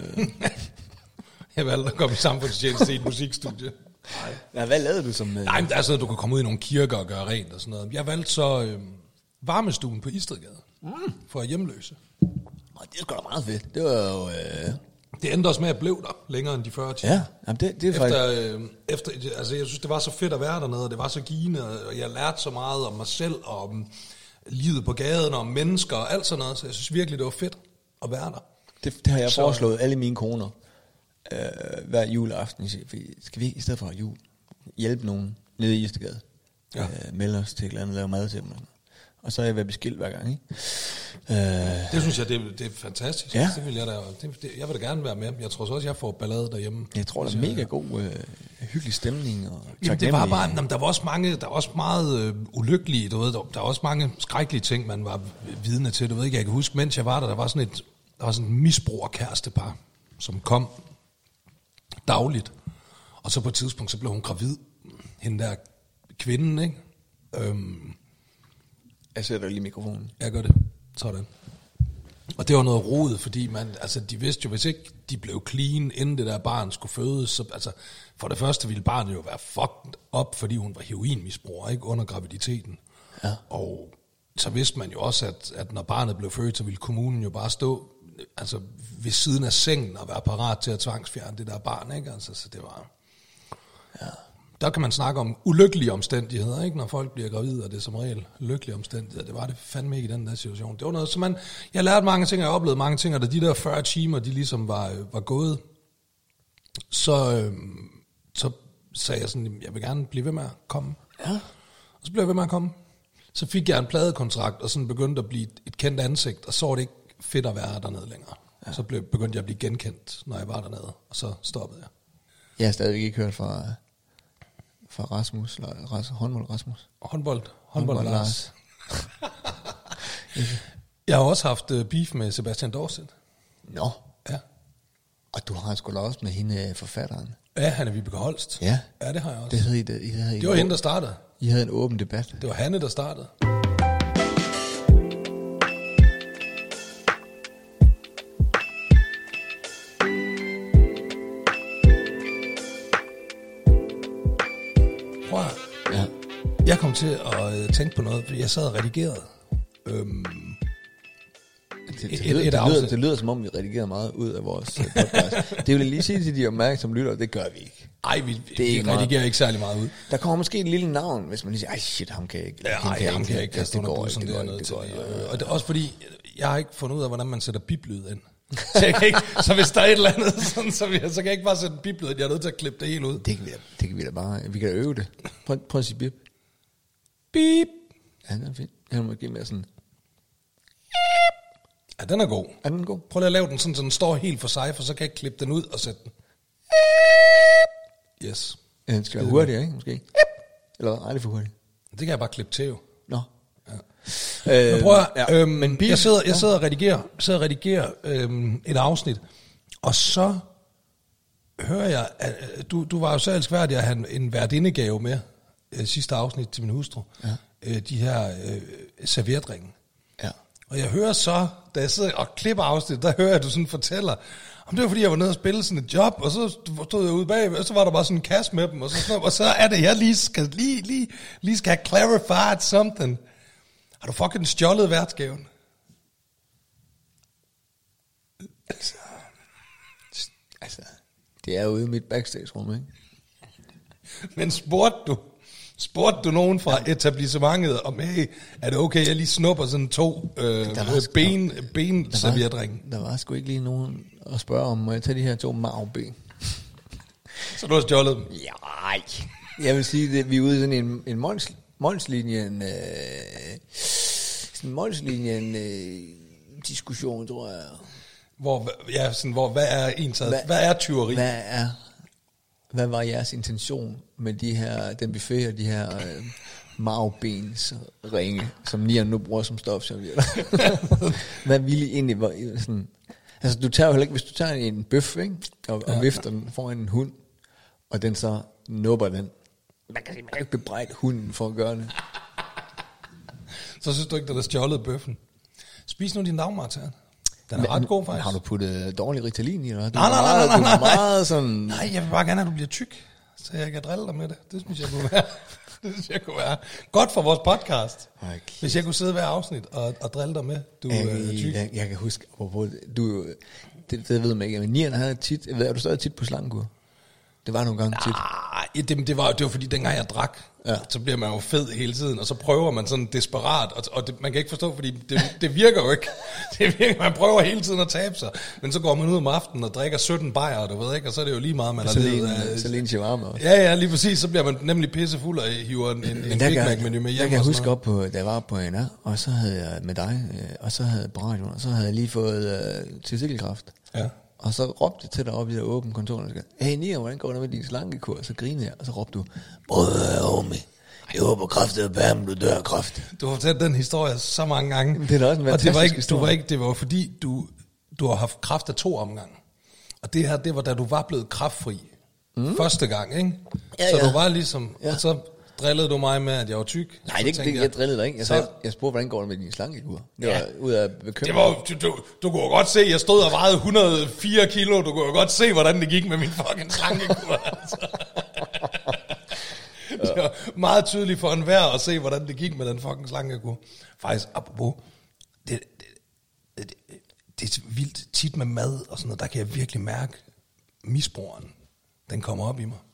Jeg valgte at komme i samfundstjeneste i et musikstudie. Nej. Ja, hvad lavede du som... Nej, men der er sådan, at du kan komme ud i nogle kirker og gøre rent og sådan noget. Jeg valgte så varmestuen på Istedgade for hjemløse. Det er sgu da meget fedt. Det var jo... Det endte også med, at jeg blev der længere end de 40 timer. Ja, jamen det er faktisk... Altså, jeg synes, det var så fedt at være dernede, og det var så givende, og jeg lærte så meget om mig selv, og om livet på gaden, og om mennesker, og alt sådan noget, så jeg synes virkelig, det var fedt at være der. Det har jeg foreslået alle mine koner hver juleaften. Skal vi i stedet for jul hjælpe nogen nede i Istedgade? Ja. Melde os til et eller andet, lave mad til dem. Og så er jeg ved at beskilt hver gang, ikke? Det synes jeg, det er fantastisk. Ja. Det vil jeg da, jeg vil da gerne være med. Jeg tror så også, jeg får ballade derhjemme. Jeg tror, der er mega god, hyggelig stemning. Og jamen, det var bare, der var også meget ulykkelige, du ved. Der var også mange skrækkelige ting, man var vidne til. Du ved ikke, jeg kan huske, mens jeg var der var sådan et misbrugerkærestepar, som kom dagligt. Og så på et tidspunkt, så blev hun gravid. Hende der kvinden, ikke? Jeg sætter lige mikrofonen. Jeg gør det. Sådan. Og det var noget rod, fordi de vidste jo, hvis ikke de blev clean, inden det der barn skulle fødes, så for det første ville barnet jo være fucked up, fordi hun var heroinmisbruger, ikke, under graviditeten. Ja. Og så vidste man jo også, at når barnet blev født, så ville kommunen jo bare stå ved siden af sengen og være parat til at tvangsfjerne det der barn, ikke? Så det var... Ja. Der kan man snakke om ulykkelige omstændigheder, ikke? Når folk bliver gravide, og det er som regel lykkelige omstændigheder. Det var det fandme ikke i den der situation. Det var noget, så jeg lærte mange ting, og jeg oplevede mange ting, og da de der 40 timer, de ligesom var gået, så sagde jeg sådan, jeg vil gerne blive ved med at komme. Ja. Og så blev jeg ved med at komme. Så fik jeg en pladekontrakt, og sådan begyndte at blive et kendt ansigt, og så var det ikke fedt at være dernede længere. Ja. Så begyndte jeg at blive genkendt, når jeg var dernede, og så stoppede jeg. Jeg har stadigvæk ikke hørt fra Rasmus, håndbold Rasmus. Håndbold Lars. Jeg har også haft beef med Sebastian Dorset. Nå. Ja. Og du har sgu da også med hende forfatteren. Ja, han er Vibeke Holst. Ja. Ja, det har jeg også. Det var hende, der startede. I havde en åben debat. Det var Hanne, der startede. Ja. Jeg kom til at tænke på noget, fordi jeg sad og redigerede. Det lyder som om, vi redigerer meget ud af vores podcast. Det vil jeg lige sige til de opmærksomme lyttere, det gør vi ikke. Ej, vi redigerer ikke særlig meget ud. Der kommer måske et lille navn, hvis man lige siger, ej shit, ham kan jeg ikke. Ham kan jeg ikke kaste under bussen dernede. Og det er også fordi, jeg har ikke fundet ud af, hvordan man sætter biblyd ind. Så hvis der er et eller andet, sådan, så kan jeg ikke bare sætte biblyd ind. Jeg er nødt til at klippe det helt ud. Det kan vi da bare. Vi kan da øve det. Prøv at sige bip. Bip. Ja, det er fint. Jeg må give mere sådan. Ja, den er god. Er den god? Prøv lige at lave den sådan, så den står helt for sig, for så kan jeg klippe den ud og sætte den. Yes. Ja, den skal være hurtigere, ikke? Måske. Eller aldrig for hurtigt. Det kan jeg bare klippe til jo. Nå. Ja. Men prøv at, men jeg sidder og redigerer et afsnit, og så hører jeg, at du var jo så elskværdig at have en værtindegave med sidste afsnit til min hustru. Ja. De her servietringe. Ja. Og jeg hører så, da jeg sidder og klipper afsnit, der hører jeg, at du sådan fortæller, om det var fordi, jeg var nede og spille sådan et job, og så stod jeg ude bag, og så var der bare sådan en kasse med dem, og så er det, jeg lige skal have clarified something. Har du fucking stjålet værtsgaven? Altså, det er ude i mit backstage-rum, ikke? Men spurgte du nogen fra etablissementet om, hey, er det okay, jeg lige snupper sådan 2 benservietringe? Der var sgu ikke lige nogen at spørge om, må jeg tage de her 2 marvben? Så du har stjålet dem? Ja, ej. Jeg vil sige, at vi er ude i sådan en Molslinjen diskussion, tror jeg. Hvad er hvad er tyveri? Hvad var jeres intention med den buffet og de her marvbens ringe, som Nian nu bruger som stofservietter? Hvad ville I egentlig sådan? Altså, du tager jo heller ikke, hvis du tager en bøf, ikke? Og vifter den foran en hund, og den så nubber den. Man kan ikke bebrejde hunden for at gøre det. Så synes du ikke, der er stjålet bøffen? Spis nu din dagmartern. Den er ret god, faktisk. Har du puttet dårlig Ritalin i, eller? Nej. Meget sådan... Nej, jeg vil bare gerne, at du bliver tyk, så jeg kan drille dig med det. Det synes jeg kunne være. Det synes jeg kunne være godt for vores podcast. Okay. Hvis jeg kunne sidde hver afsnit og drille dig med, du er tyk. Jeg kan huske, det ved man ikke, men Nian havde tit... Er du stadig tit på slangekur? Det var nogle gange tit. Nej, det var fordi dengang jeg drak, så bliver man jo fed hele tiden, og så prøver man sådan desperat, og man kan ikke forstå, fordi det virker jo ikke. Det virker, man prøver hele tiden at tabe sig, men så går man ud om aftenen og drikker 17 bajer, du ved ikke, og så er det jo lige meget, man har levet af. Så lige en shawarma også. Ja, lige præcis, så bliver man nemlig pissefuld og hiver en Big Mac-menu med hjem. Jeg kan huske op på, da jeg var på NR, og så havde jeg med dig, og så havde Brian, og så havde jeg lige fået testikelkræft. Ja. Og så råbte jeg til dig op i det åbne kontor, og sagde, hey Nia, hvordan går det med din slankekur? Og så grinede jeg, og så råbte du, homie, jeg håber kraftet at bære, men du dør af kræft. Du har fortalt den historie så mange gange. Det er da også en fantastisk historie. Det var fordi, du har haft kræft af 2 omgange. Og det her, det var da du var blevet kræftfri. Første gang, ikke? Ja, så du var ligesom, og så drillede du mig med, at jeg var tyk? Nej, jeg drillede dig ikke. Jeg spurgte, hvordan går det med din slankekur? Det var ud af bekymring. Det var, du kunne jo godt se, jeg stod og vejede 104 kilo. Du kunne jo godt se, hvordan det gik med min fucking slankekur. Altså. Det var meget tydeligt for enhver at se, hvordan det gik med den fucking slankekur. Faktisk, apropos, det er vildt tit med mad og sådan noget, der kan jeg virkelig mærke misbrugeren. Den kommer op i mig.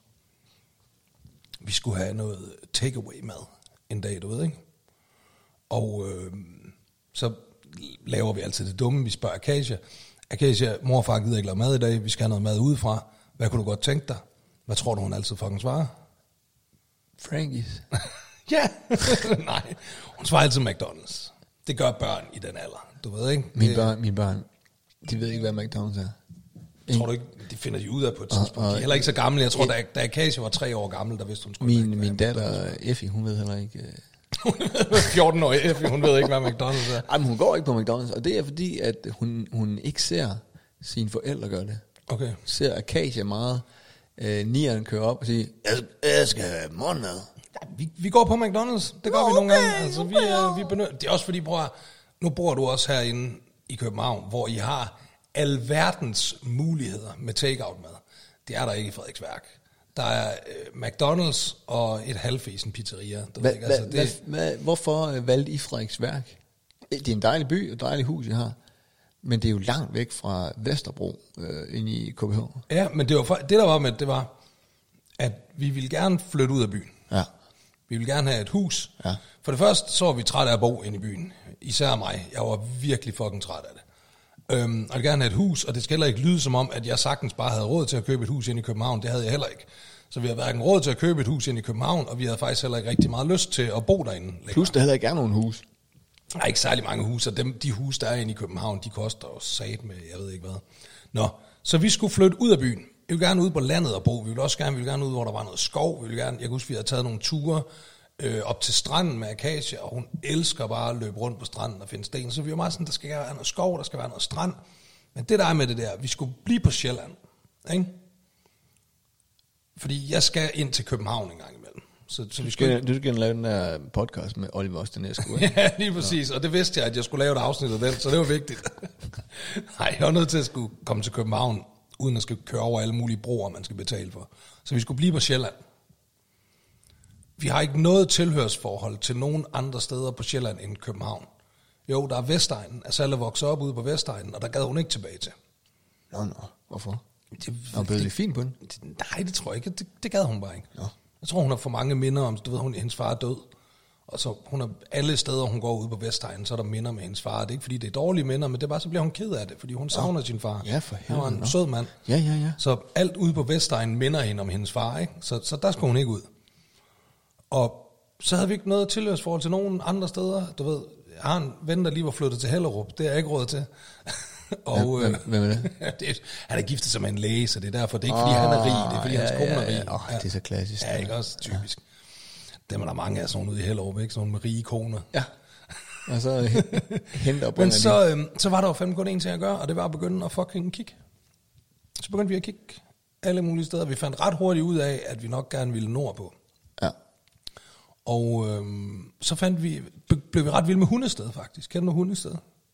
Vi skulle have noget takeaway mad en dag, du ved, ikke? Og så laver vi altid det dumme. Vi spørger Akasia, mor og far gider ikke lave mad i dag, vi skal have noget mad udefra. Hvad kunne du godt tænke dig? Hvad tror du, hun altid fucking svarer? Frankies. Ja, nej. Hun svarer altid McDonald's. Det gør børn i den alder, du ved, ikke? Mine børn, de ved ikke, hvad McDonald's er. Tror du ikke, det finder de ud af på et tidspunkt? De er heller ikke så gamle. Jeg tror, da Akasia var 3 år gammel, der vidste hun skulle. Min datter, Effie, hun ved heller ikke... 14-årig Effie, hun ved ikke, hvad McDonald's er. Ej, men hun går ikke på McDonald's, og det er fordi, at hun ikke ser sine forældre gøre det. Okay. Ser Akasia meget. Nieren kører op og siger, jeg skal have morgenmad. Vi går på McDonald's, det gør vi nogle gange. Altså, vi benytter. Det er også fordi, bror, nu bor du også herinde i København, hvor I har alverdens muligheder med takeout-mad. Det er der ikke i Frederiksværk. Der er McDonald's og et halvfesen pizzeria. Hvorfor valgte I Frederiksværk? Det er en dejlig by og et dejligt hus, I har. Men det er jo langt væk fra Vesterbro ind i KBH. Ja, men det der var med, det var, at vi ville gerne flytte ud af byen. Ja. Vi ville gerne have et hus. Ja. For det første, så var vi trætte af at bo inde i byen. Især mig. Jeg var virkelig fucking træt af det. Og jeg ville gerne have et hus, og det skal heller ikke lyde som om, at jeg sagtens bare havde råd til at købe et hus inde i København. Det havde jeg heller ikke. Så vi havde hverken råd til at købe et hus inde i København, og vi havde faktisk heller ikke rigtig meget lyst til at bo derinde længere. Plus, der heller ikke er nogen hus. Der er ikke særlig mange hus, og de hus, der er inde i København, de koster jo sat med, jeg ved ikke hvad. Nå, så vi skulle flytte ud af byen. Vi ville gerne ud på landet og bo. Vi ville gerne ud, hvor der var noget skov. Jeg kan huske, vi havde taget nogle ture op til stranden med Akasia, og hun elsker bare at løbe rundt på stranden og finde sten. Så vi var meget sådan, der skal være noget skov, der skal være noget strand. Men det der er med det der, vi skulle blive på Sjælland, ikke? Fordi jeg skal ind til København en gang imellem. Så vi skulle... Du skal lave den der podcast med Oliver også den næste uge. Ja, lige præcis. Og det vidste jeg, at jeg skulle lave et afsnit af den, så det var vigtigt. Nej, jeg var nødt til at skulle komme til København, uden at skal køre over alle mulige broer, man skal betale for. Så vi skulle blive på Sjælland. Vi har ikke noget tilhørsforhold til nogen andre steder på Sjælland end København. Jo, der er Vestegnen. Altså alle voksede op ude på Vestegnen, og der gad hun ikke tilbage til. Nå. Hvorfor? Hun blev lidt fint på den. Nej, det tror jeg ikke. Det gad hun bare ikke. Nå. Jeg tror, hun har for mange minder om, du ved, hendes far er død. Og så hun er alle steder, hun går ud på Vestegnen, så er der minder med hendes far. Det er ikke, fordi det er dårlige minder, men det er bare, så bliver hun ked af det, fordi hun savner sin far. Ja, for helvede. Han var en sød mand. Ja. Så alt ude på Vestegnen minder hende om hendes far, ikke? Så der skulle hun ikke ud. Og så havde vi ikke noget tilhørsforhold til nogen andre steder. Du ved, jeg har en ven, der lige var flyttet til Hellerup. Det er jeg ikke råd til. Og, hvem er det? Han er giftet sig med en læge, så det er derfor. Det er ikke, fordi han er rig, det er, fordi hans kone er rig. Det er så klassisk. Ja, ikke også? Typisk. Dem er der mange af sådan ude i Hellerup, ikke? Sådan med rige koner. Ja. Og så henter op. Men så var der jo fandme kun en ting at gøre, og det var at begynde at fucking kigge. Så begyndte vi at kigge alle mulige steder. Vi fandt ret hurtigt ud af, at vi nok gerne ville nordpå. Ja. Og så blev vi ret vilde med Hundested, faktisk. Kender du Hundested?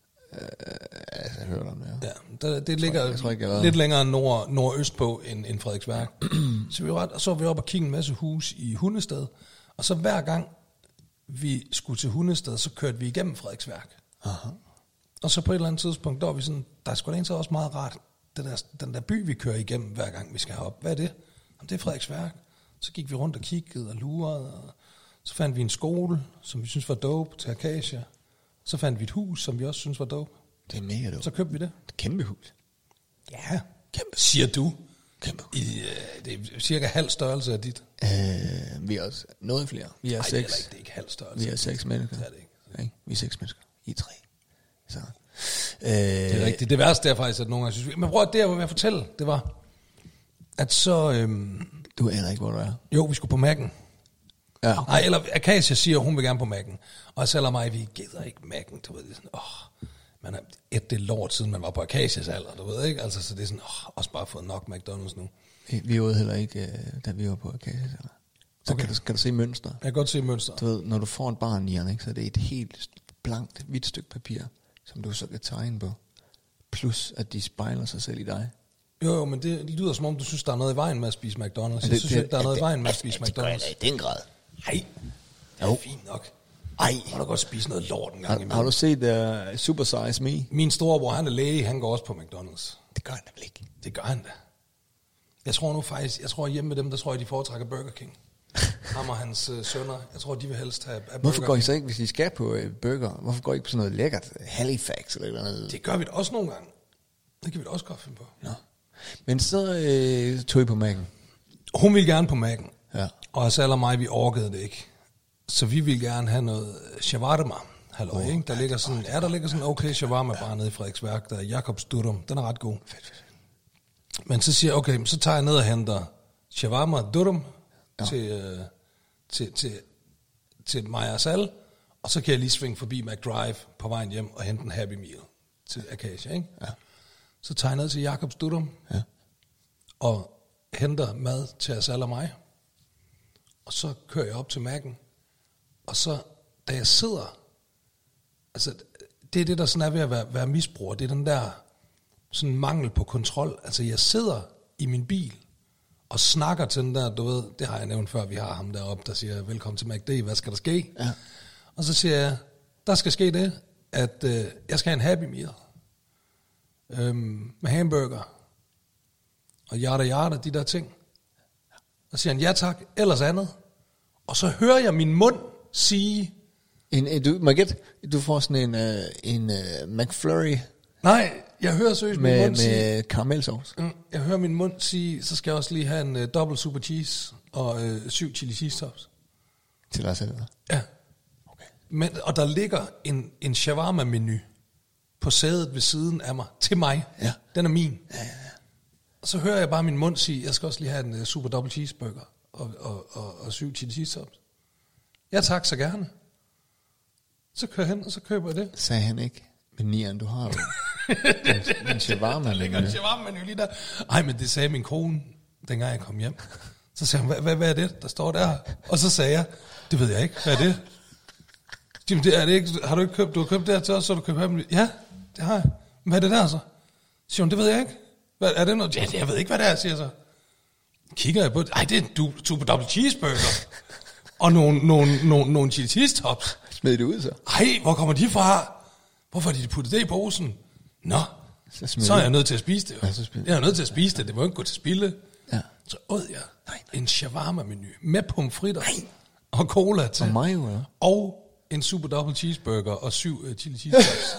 Jeg hørte om det, ja. Det ligger lidt længere nordøst på end Frederiksværk. Så var vi oppe og kigge en masse hus i Hundested. Og så hver gang vi skulle til Hundested, så kørte vi igennem Frederiksværk. Aha. Og så på et eller andet tidspunkt, der var vi sådan, der er sgu da egentlig også meget rart, den der by, vi kører igennem hver gang vi skal herop. Hvad er det? Jamen, det er Frederiksværk. Så gik vi rundt og kiggede og lurede, og så fandt vi en skole, som vi synes var dope, til Akasia. Så fandt vi et hus, som vi også synes var dope. Det er mega dope. Så købte vi det. Kæmpe hus. Ja, kæmpe. Siger du. Kæmpe hus. Det er cirka halv størrelse af dit. Vi er også noget flere. Vi er 6. Det er ikke halv størrelse. Vi er 6 mennesker. Det er det ikke. Vi er 6 mennesker. I 3. Så. Det er rigtigt. Det værste er faktisk, at nogle gange synes, men prøv at det, jeg vil fortælle, det var, at så... Du aner ikke, hvor du er. Jo, vi skulle på Mac'en. Ja. Nej, eller Akasia siger, hun vil gerne på Mac'en. Og selvom mig, vi gider ikke Mac'en, du ved, det er sådan, det er lort siden man var på Akasias alder, du ved ikke, altså, så det er sådan, også bare fået nok McDonald's nu. Vi var heller ikke, da vi var på Akasias alder. Så kan du se mønster. Jeg kan godt se mønster. Du ved, når du får et barn i ikke, så er det et helt blankt, hvidt stykke papir, som du så kan tegne på. Plus, at de spejler sig selv i dig. Jo, men det lyder som om, du synes, der er noget i vejen med at spise McDonald's. Jeg synes ikke, der er noget i vejen med at spise McDonald's. Det gør jeg i den grad. Nej, det er fint nok. Ej. Man kan godt spise noget lort en gang imellem. Har du set Super Size Me? Min storebror, han er læge, han går også på McDonald's. Det gør han da ikke. Det gør han da. Jeg tror nu faktisk, hjemme med dem, der tror jeg, de foretrækker Burger King. Ham og hans sønner, jeg tror, de vil helst have Burger King. Hvorfor går I så ikke, hvis I skal på burger, hvorfor går I ikke på sådan noget lækkert? Halifax eller noget? Det gør vi da også nogle gange. Det kan vi da også godt finde på. Nå. Men så tog I på Mac'en. Hun ville gerne på Mac'en. Ja. Og Asal og mig, vi orkede det ikke. Så vi ville gerne have noget shawarma. Halløj, ikke? Der ligger sådan okay shawarma bare nede i Frederiksværk, der er Jakobs Durum. Den er ret god. Fedt. Men så siger jeg, okay, så tager jeg ned og henter shawarma Durum til mig og Asal, og så kan jeg lige svinge forbi McDrive på vejen hjem og hente en Happy Meal til Acacia, ikke? Ja. Så tager jeg ned til Jakobs Durum og henter mad til Asal og mig, og så kører jeg op til Mac'en, og så, da jeg sidder, altså, det er det, der sådan er ved at være misbruger, det er den der sådan mangel på kontrol. Altså, jeg sidder i min bil og snakker til den der, du ved, det har jeg nævnt før, vi har ham deroppe, der siger, velkommen til McD, hvad skal der ske? Ja. Og så siger jeg, der skal ske det, at jeg skal have en Happy Meal med hamburger og yada, de der ting. Og så siger han, ja tak, ellers andet. Og så hører jeg min mund sige... Du får sådan en McFlurry... Nej, jeg hører seriøst min mund sige... Med karamelsauce. Jeg hører min mund sige, så skal jeg også lige have en double super cheese og 7 chili cheese tops. Til dig selv? Ja. Okay. Og der ligger en shawarma-menu på sædet ved siden af mig, til mig. Ja. Den er min. Ja. Og så hører jeg bare min mund sige, jeg skal også lige have en super double cheeseburger og 7 chili cheese tops. Ja tak, så gerne. Så kører jeg hen, og så køber jeg det. Sagde han ikke, men Nian, du har jo en shawarma. Der ligger en shawarma-menu lige der. Ej, men det sagde min kone, dengang jeg kom hjem. Så sagde hun, hvad er det, der står der? Og så sagde jeg, det ved jeg ikke, hvad er det? Jim, det er det ikke. Har du ikke købt, du har købt det her til os, så har du købt ham? Ja, det har jeg. Hvad er det der så? Så siger hun, det ved jeg ikke. Hvad er det noget? Ja, jeg ved ikke, hvad det er, siger så. Kigger jeg på det. Ej, det er en super double cheeseburger. Og nogle chili cheese tops. Smed det ud så? Ej, hvor kommer de fra? Hvorfor har de puttet det i posen? Nå, så er jeg nødt til at spise det. Jeg er nødt til at spise det. Det må ikke gå til spilde. Ja. Så åd jeg en shawarma-menu med pomfritter og cola til. Og mayo, ja. Og en super double cheeseburger og 7 chili cheese tops.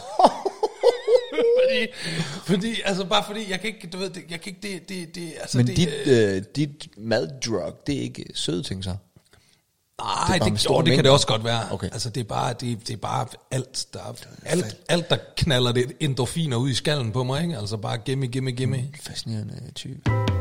fordi jeg kan ikke, du ved, jeg kan ikke det altså. Men dit maddrug, det er ikke søde ting så? Nej, det kan det også godt være. Okay. Altså det er bare alt der knaller det endorfiner ud i skallen på mig, ikke? Altså bare gimme. Fascinerende type.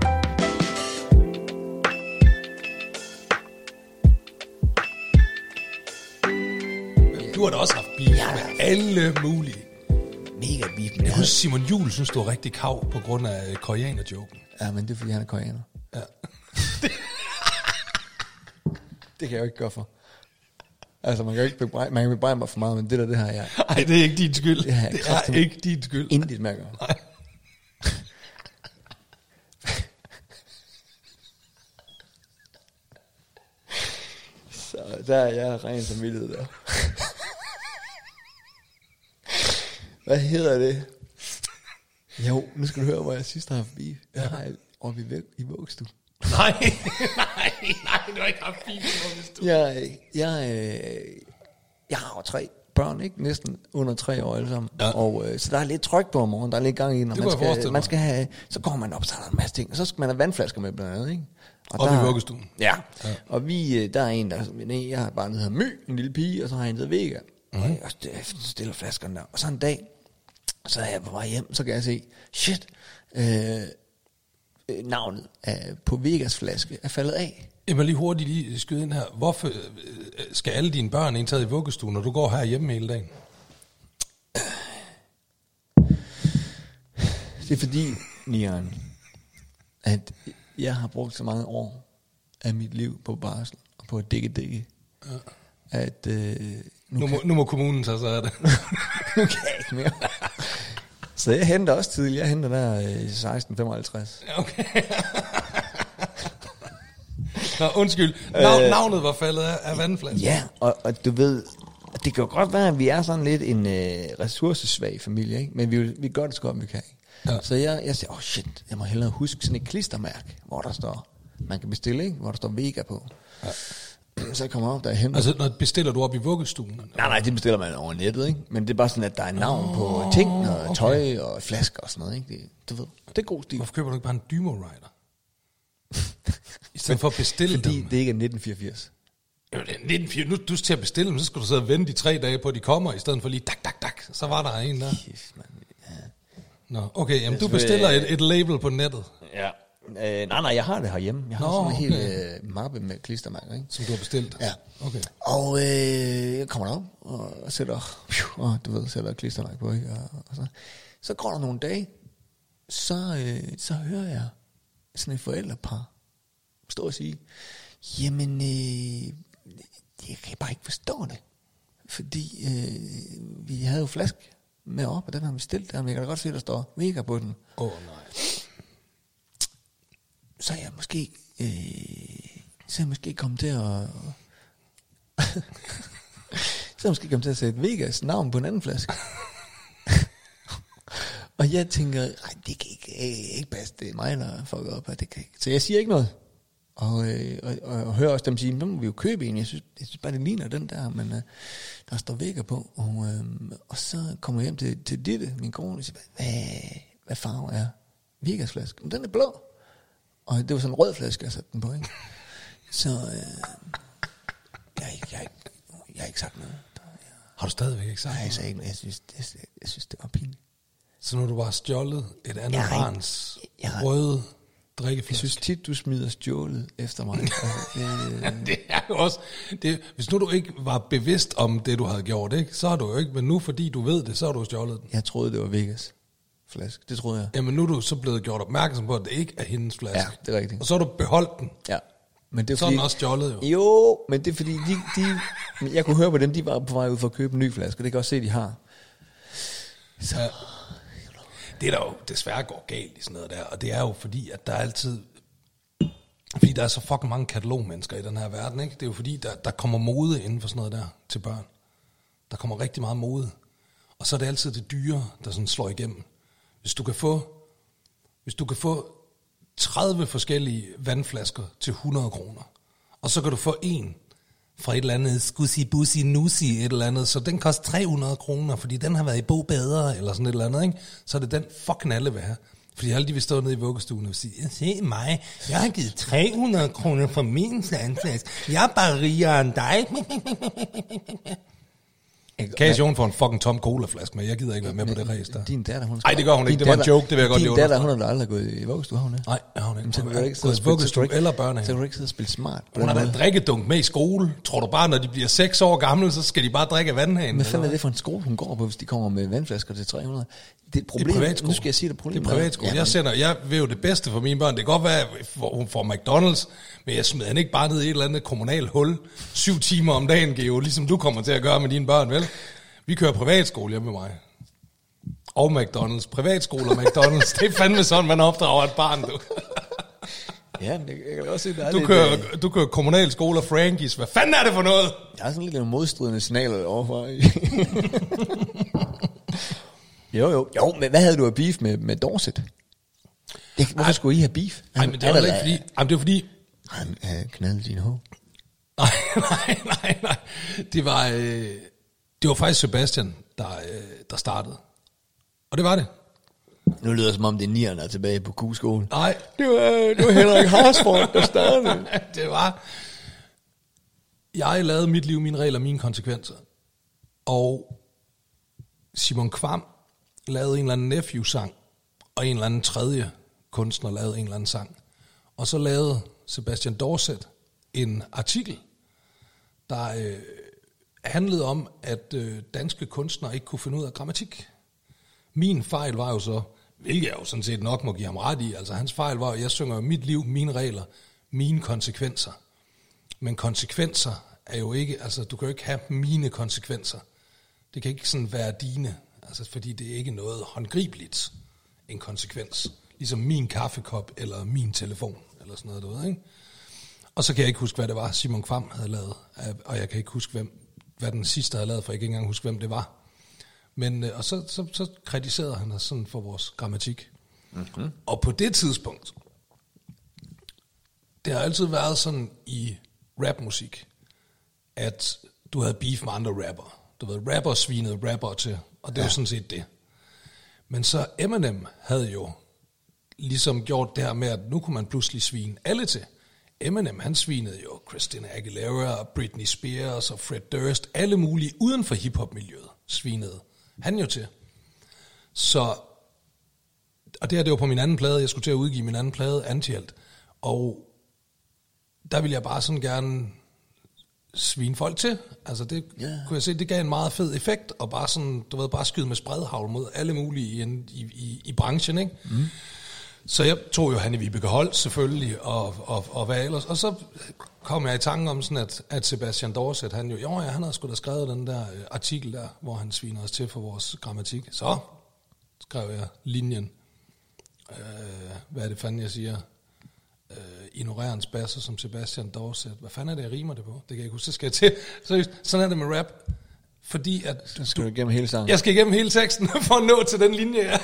Du har da også haft beef med alle mulige. Mega beef. Jeg husker Simon Juhl synes du var rigtig kav på grund af koreaner-joken. Ja, men det er fordi han er koreaner. Ja. Det kan jeg jo ikke gøre for. Altså, man kan jo ikke bebrejde mig for meget, men det har jeg... Nej, det er ikke din skyld. Det er ikke din skyld. Intet med at gøre. Nej. Så der er jeg ren samvittighed der. Hvad hedder det? Jo, nu skal du høre, hvor jeg sidst har haft beef. Jeg har oppe i vuggestuen. Nej, du har ikke haft beef i vuggestuen. Jeg har jo 3 børn, ikke? Næsten under 3 år alle sammen. Ja. Og så der er lidt tryk på om morgenen, der er lidt gang i, når man skal have, så går man op, så er der en masse ting, og så skal man have vandflasker med blandt andet, ikke? Og i vuggestuen. Ja. Og der er en, jeg har bare nede her My, en lille pige, og så har jeg en, der Vega. Og jeg stiller flaskerne der. Og så en dag, så er jeg på vej hjem, så kan jeg se, shit, navnet på Vegas flaske er faldet af. Jeg må lige hurtigt skyde ind her. Hvorfor skal alle dine børn indtaget i vuggestuen, når du går her hjemme hele dagen? Det er fordi, Nian, at jeg har brugt så mange år af mit liv på barsel, og på at digge. Ja. At, nu må kommunen tage sig af det. Nu kan jeg ikke mere. Så jeg henter også tidligt. Jeg henter der i 16:55. Okay. Nå, undskyld. Navnet var faldet af vandflasken. Ja, og du ved, det kan jo godt være, at vi er sådan lidt en ressourcesvag familie, ikke? Men vi gør det så godt, vi kan. Ja. Så jeg siger, shit, jeg må hellere huske sådan et klistermærke, hvor der står, man kan bestille, ikke? Hvor der står Vega på. Ja. Så jeg kommer op, der henter. Altså, når bestiller du op i vuggestuen? Nej, det bestiller man over nettet, ikke? Men det er bare sådan, at der er navn på ting og tøj og flasker og sådan noget, ikke? Du ved, det er god stil. Hvorfor køber du ikke bare en Dymo Rider? I stedet for at bestille fordi dem. Det ikke er 1984. Jo, det er 1984. Nu du skal til at bestille dem, så skal du sidde og vente de 3 dage på, at de kommer, i stedet for lige dak. Så var der en der. Ja. Nå, okay, jamen du bestiller et label på nettet. Ja. Nej, jeg har det herhjemme. Jeg har sådan en hel mappe med klistermærker, ikke? Som du har bestilt? Ja. Okay. Og jeg kommer derop og sætter klistermærke på, ikke? Og så går der nogle dage, så hører jeg sådan et forældrepar stå og sige, jamen, jeg kan bare ikke forstå det. Fordi vi havde jo flaske med op, og den har vi stillet der, men jeg kan da godt se, der står Vega på den. Nej. Så er jeg måske kommet til at sætte Vegas navn på en anden flaske. Og jeg tænker, det kan ikke passe, det er mig, der fucker op, og det kan ikke. Så jeg siger ikke noget. Og hører også dem sige, nu må vi jo købe en. Jeg synes bare, det ligner den der, men der står Vega på. Og så kommer jeg hjem til Ditte, min kone, og siger, hvad farve er Vegas flaske? Men den er blå. Og det var sådan en rød flaske, jeg satte den på, ikke? Så jeg har ikke sagt noget. Har du stadigvæk ikke sagt noget? Nej, jeg sagde ikke noget. Jeg synes, det var pinligt. Så nu har du bare stjålet et andet barns røde drikkeflaske? Jeg synes tit, du smider stjålet efter mig. Det er jo også... hvis nu du ikke var bevidst om det, du havde gjort, ikke, så har du jo ikke... Men nu, fordi du ved det, så har du stjålet den. Jeg troede, det var Vegas flaske. Det troede jeg. Jamen nu er du så blevet gjort opmærksom på, at det ikke er hendes flaske. Ja, det er rigtigt. Og så har du beholdt den. Ja. Men det er så er den også stjålet jo. Jo, men det er fordi, jeg kunne høre på dem, de var på vej ud for at købe en ny flaske, og det kan også se, de har. Så... Ja. Det der jo desværre går galt i sådan noget der, og det er jo fordi, at der er altid... Fordi der er så fucking mange katalogmennesker i den her verden, ikke? Det er jo fordi, der kommer mode inden for sådan noget der til børn. Der kommer rigtig meget mode. Og så er det altid det dyre, der sådan slår igennem. Hvis du kan få 30 forskellige vandflasker til 100 kroner, og så kan du få en fra et eller andet skussi bussi nusi et eller andet, så den koster 300 kroner, fordi den har været i Bo Bedre, eller sådan et eller andet, ikke? Så er det den fucking alle vil have. Fordi alle de vil stå nede i vuggestuen og sige, se mig, jeg har givet 300 kroner for min vandflaske. Jeg er bare rigere end dig. Jon får en fucking tom colaflaske med. Jeg gider ikke være med på det race der. Din datter, hun... Nej, det gør hun ikke. Det var en joke, det vil jeg godt lide. Din datter, hun har da aldrig gået i vuggestue, har hun ikke? Nej, har hun ikke. Så kan du ikke sidde eller børnehave. Så kan du ikke sidde og spille smart. Hun har da drikkedunk med i skole. Tror du bare, når de bliver 6 år gamle, så skal de bare drikke af vandhanen? Hvad fanden er det for en skole, hun går på, hvis de kommer med vandflasker til 300? Det er et problem. Nu skal jeg sige det problem. Det er privatskole. Jeg vil jo det bedste for mine børn. Det kan godt være, at hun får McDonald's, men jeg smider hende ikke bare ned i et eller andet kommunalt hul 7 timer om dagen, Geo, ligesom du kommer til at gøre med dine børn, vel? Vi kører privatskole hjemme med mig. Og McDonald's. Privatskole og McDonald's. Det er fandme sådan, man opdrager et barn, du. Ja, men jeg kan også se, du kører kommunal skole og Frankies. Hvad fanden er det for noget? Jeg har sådan lidt modstridende signaler overfor. Jo, men hvad havde du af beef med Dorset? Hvorfor skulle I have beef? Nej, men det var ikke fordi... Jamen, det var fordi... Han knaldede din hår. Nej. Det var faktisk Sebastian, der startede. Og det var det. Nu lyder det som om det er nierne er tilbage på Q-skolen. Nej. Det var Henrik Harsford, der startede. Det var... Jeg lavede mit liv, mine regler, mine konsekvenser. Og Simon Kvam lavede en eller anden Nephew-sang, og en eller anden tredje kunstner lavede en eller anden sang. Og så lavede Sebastian Dorset en artikel, der handlede om, at danske kunstnere ikke kunne finde ud af grammatik. Min fejl var jo så, hvilket jeg jo sådan set nok må give ham ret i, altså hans fejl var, at jeg synger mit liv, mine regler, mine konsekvenser. Men konsekvenser er jo ikke, altså du kan jo ikke have mine konsekvenser. Det kan ikke sådan være dine, altså fordi det er ikke noget håndgribeligt, en konsekvens. Ligesom min kaffekop eller min telefon, eller sådan noget, du ved, ikke? Og så kan jeg ikke huske, hvad det var, Simon Kvam havde lavet, og jeg kan ikke huske, hvad den sidste havde lavet, for jeg kan ikke engang huske, hvem det var. Men, og så kritiserede han os sådan for vores grammatik. Mm-hmm. Og på det tidspunkt, det har altid været sådan i rapmusik, at du havde beef med andre rapper. Du ved, rapper svinede rapper til, og det var sådan set det. Men så Eminem havde jo ligesom gjort det her med, at nu kunne man pludselig svine alle til. Eminem, han svinede jo Christina Aguilera, Britney Spears og Fred Durst, alle mulige uden for hiphop-miljøet svinede han jo til. Så, og det her, det var på min anden plade, jeg skulle til at udgive min anden plade, Antihelt, og der ville jeg bare sådan gerne svine folk til. Altså det kunne jeg se, det gav en meget fed effekt, og bare sådan, du ved, bare skyde med spredhavl mod alle mulige i branchen, ikke? Mm. Så jeg tog jo Hanne Vibeke Holt selvfølgelig, og hvad ellers, og så kom jeg i tanke om sådan, at Sebastian Dorset, han havde sgu da skrevet den der artikel der, hvor han sviner os til for vores grammatik. Så skrev jeg linjen, hvad er det fanden jeg siger, ignorerer en spasser som Sebastian Dorset. Hvad fanden er det, jeg rimer det på? Det kan jeg ikke huske. Så skal jeg til. Seriøst, sådan er det med rap. Fordi at du skal igennem hele sangen. Jeg skal igennem hele teksten for at nå til den linje, ja.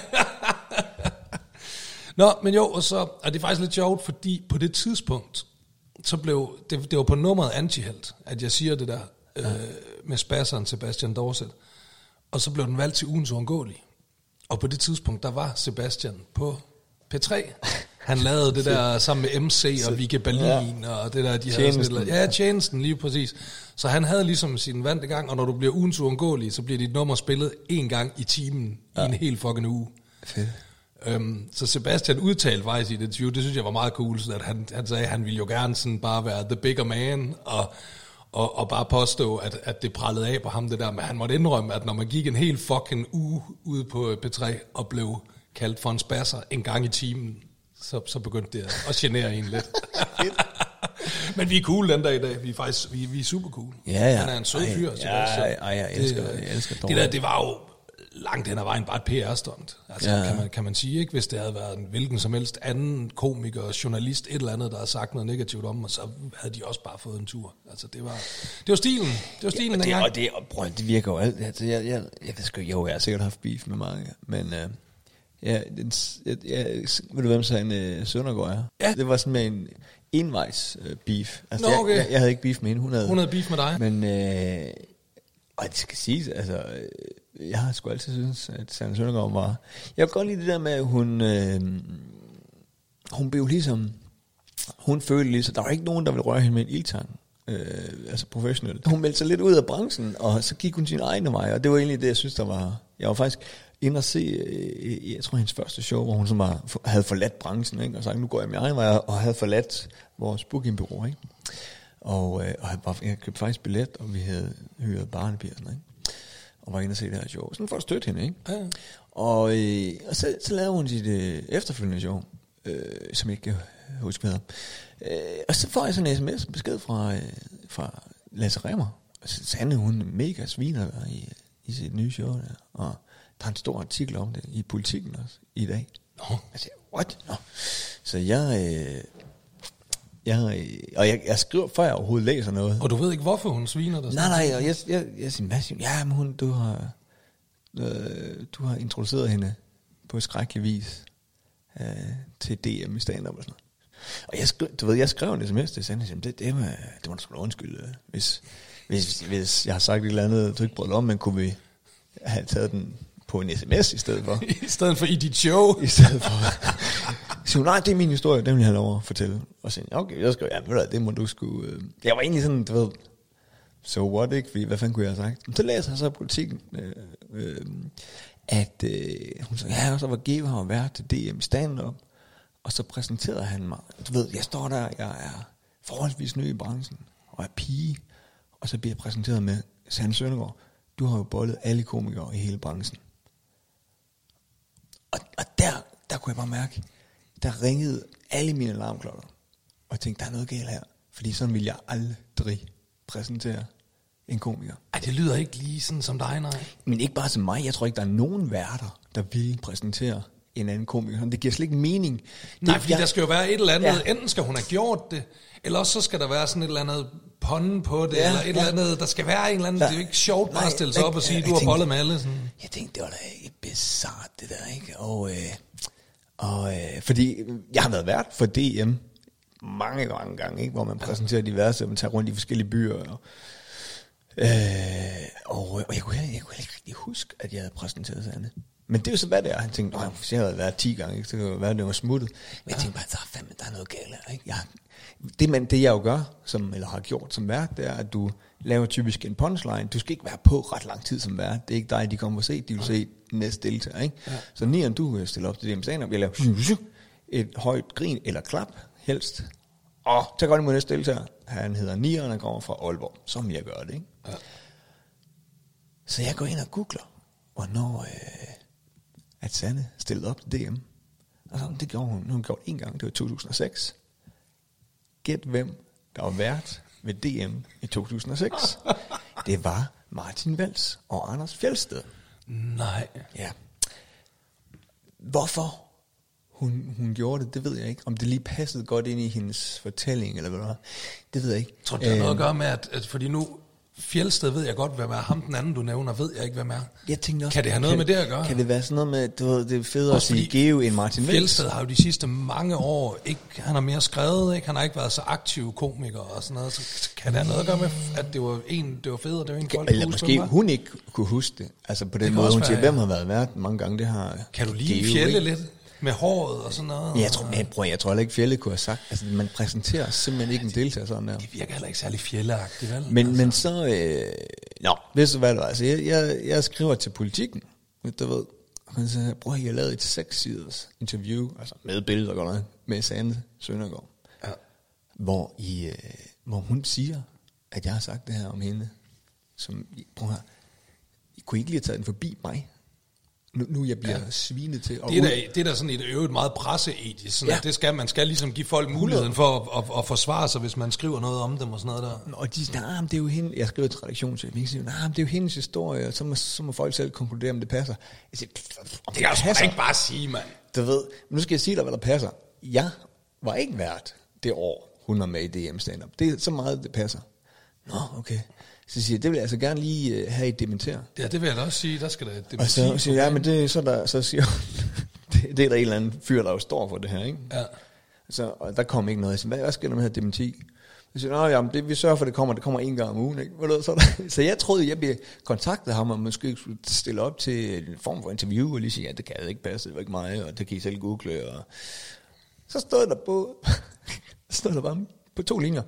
Nå, men jo, og det er faktisk lidt sjovt, fordi på det tidspunkt, så blev, det var på nummeret Antihelt, at jeg siger det der med spasseren Sebastian Dorset. Og så blev den valgt til ugens uundgåelige. Og på det tidspunkt, der var Sebastian på P3. Han lavede det der sammen med MC og Vigge Berlin og det der, de tjenesten. havde sådan, tjenesten lige præcis. Så han havde ligesom sin vante gang, og når du bliver ugens uundgåelig, så bliver dit nummer spillet 1 gang i timen i en hel fucking uge. Fedt. Så Sebastian udtalte faktisk i det interview, det synes jeg var meget cool, så at han sagde, at han ville jo gerne sådan bare være the bigger man, og bare påstå, at det prallede af på ham det der, men han måtte indrømme, at når man gik en hel fucking uge ude på P3 og blev kaldt for en spasser en gang i timen, så begyndte det at genere en lidt. Men vi er cool den dag i dag. Vi er faktisk vi er super cool. Ja. Han er en sød fyr. Jeg elsker det var jo langt hen ad vejen bare et PR-stunt. Altså, kan man sige, ikke? Hvis det havde været en hvilken som helst anden komiker, journalist, et eller andet, der havde sagt noget negativt om, og så havde de også bare fået en tur. Altså, det var stilen. Det var stilen dengang. Det virker jo alt. Altså, jeg ved sgu, jeg har sikkert haft beef med mange, men ved du hvem så en Søndergaard er? Ja. Det var sådan med en envejs beef. Altså, okay. jeg havde ikke beef med hende. Hun havde beef med dig. Men og det skal siges, altså jeg har sgu altid synes, at Sanne Søndergaard var. Jeg kan godt lide det der med, at hun blev ligesom, hun følte ligesom, der var ikke nogen, der ville røre hende med en ildtang. Altså professionelt. Hun meldte sig lidt ud af branchen, og så gik hun sin egne vej, og det var egentlig det, jeg synes, der var. Jeg var faktisk inde og se, jeg tror hendes første show, hvor hun så havde forladt branchen, ikke? Og sagt, nu går jeg min egen vej, og havde forladt vores bookingbureau, ikke? Og jeg købte faktisk billet, og vi havde hyret Barnepigersen, ikke? Og var inde og se det her show. Sådan for at støtte hende, ikke? Ja. Og så lavede hun sit efterfølgende show, som jeg ikke kan huske hvad. Og så får jeg sådan en sms-besked fra Lasse Remmer. Og så sagde hun mega sviner i sit nye show der. Og der er en stor artikel om det i Politikken også i dag. Jeg siger, what? Så jeg skriver, før jeg overhovedet læser noget. Og du ved ikke, hvorfor hun sviner dig? Nej, og jeg siger, Mads, ja, men du har introduceret hende på skrækkelig vis til DM i stand-up og sådan noget. Og jeg skrev en sms til Sande, det må du sgu da undskylde, hvis jeg har sagt et eller andet, du ikke brød om, men kunne vi have taget den på en sms i stedet for. I stedet for i dit show? I stedet for. Så nej, det er min historie, den vil jeg have lov at fortælle. Og så okay, jeg skrev, det må du sgu. Jeg var egentlig sådan, du ved, so what, ikke? Hvad fanden kunne jeg have sagt? Så læser jeg så Politikken, at hun sagde, ja, og så var Giver og vært til DM stand-up, og så præsenterede han mig. Du ved, jeg står der, jeg er forholdsvis ny i branchen, og er pige, og så bliver jeg præsenteret med Sanne Søndergaard. Du har jo bollet alle komikere i hele branchen. Og der kunne jeg bare mærke, der ringede alle mine alarmklokker, og jeg tænkte, der er noget galt her. Fordi sådan vil jeg aldrig præsentere en komiker. Ej, det lyder ikke lige sådan som dig, nej. Men ikke bare som mig. Jeg tror ikke, der er nogen værter, der vil præsentere en anden komiker. Det giver slet ikke mening. Nej, fordi der skal jo være et eller andet. Ja. Enten skal hun have gjort det, eller også så skal der være sådan et eller andet pånden på det, eller et eller andet. Der skal være en eller anden. Det er jo ikke sjovt bare at stille sig op og sige, du har bollet med alle. Sådan. Jeg tænkte, det var da bizarrt, det der, ikke? Og fordi jeg har været vært for DM mange gange, ikke? Hvor man præsenterer diverse, man tager rundt i forskellige byer. Og jeg kunne ikke rigtig huske, at jeg havde præsenteret Sanne. Men det er jo så, hvad det er. Han tænkte, hvis jeg havde været 10 gange, ikke, så kunne det være, at det var smuttet. Men jeg tænkte bare, der er noget galt her, ikke? Det jeg jo gør, eller har gjort som vært, det er, at du laver typisk en punchline. Du skal ikke være på ret lang tid som vært. Det er ikke dig, de kommer og se. De vil se næste deltager, ikke? Ja. Så Nieren, du stiller op til det med stand-up. Jeg laver et højt grin eller klap, helst. Og så går det mod næste deltager. Han hedder Nieren, og kommer fra Aalborg. Som jeg gør det, ikke? Ja. Så jeg går ind og googler, hvornår at Sanne stillede op til DM. Og så, det gjorde hun. Hun gjorde 1 gang, det var 2006. Gæt hvem der var vært ved DM i 2006. Det var Martin Vels og Anders Fjeldsted. Nej. Ja. Hvorfor hun gjorde det ved jeg ikke. Om det lige passede godt ind i hendes fortælling, eller hvad det var. Det ved jeg ikke. Jeg tror, det har noget at gøre med, at fordi nu Fjeldsted ved jeg godt, hvem er. Ham den anden, du nævner, ved jeg ikke, hvem er. Jeg tænkte også, kan det have noget med det at gøre? Kan det være sådan noget med, det er federe at sige Geo end Martin Vels? Fjeldsted har jo de sidste mange år, han har mere skrevet, ikke? Han har ikke været så aktiv komiker og sådan noget. Så kan det have noget at gøre med, at det var federe, det var en folk. Eller måske hun ikke kunne huske det. Altså på den måde, hun siger, hvem har været vært mange gange, det har kan du lige Fjelle lidt? Med håret og sådan noget. Ja, jeg tror ikke, Fjelle kunne have sagt. Altså, man præsenterer simpelthen ikke en deltager sådan der. Det virker heller ikke særlig Fjelle-agtigt, vel? Men så... ved du hvad det var? Altså, jeg skriver til Politikken, du ved. Og så prøv at jeg lavede et 6-siders interview, altså med billeder godt nok, med Sanne Søndergaard. Ja. Hvor hun siger, at jeg har sagt det her om hende. Som, prøv her. I kunne ikke lige have taget den forbi mig. Nu jeg bliver svinet til. Det er da sådan et øvrigt meget presseetisk. Sådan at man skal ligesom give folk muligheden for at forsvare sig, hvis man skriver noget om dem og sådan noget der. Og de siger, det er jo hende. Jeg skriver til redaktionschef. Jeg siger, det er jo hendes historie, og så må folk selv konkludere, om det passer. Jeg siger, det kan jeg ikke bare sige, mand. Du ved, nu skal jeg sige dig, hvad der passer. Jeg var ikke vært det år, hun var med i DM stand-up. Det er så meget, det passer. Nå, okay. Så siger jeg, det vil jeg altså gerne lige have et dementere. Ja, det vil jeg da også sige, der skal der dementere. Og så siger jeg, men det så siger hun, det er der en eller anden fyr, der jo står for det her, ikke? Ja. Og der kom ikke noget. Jeg siger, hvad sker der med her dementi? Jeg siger, vi sørger for, det kommer 1 gang om ugen, ikke? Så jeg troede, jeg blev kontaktet ham, og måske skulle stille op til en form for interview, og lige sige, det kan ikke passe, det var ikke mig, og det kan I selv google. Og så stod der bare på 2 linjer.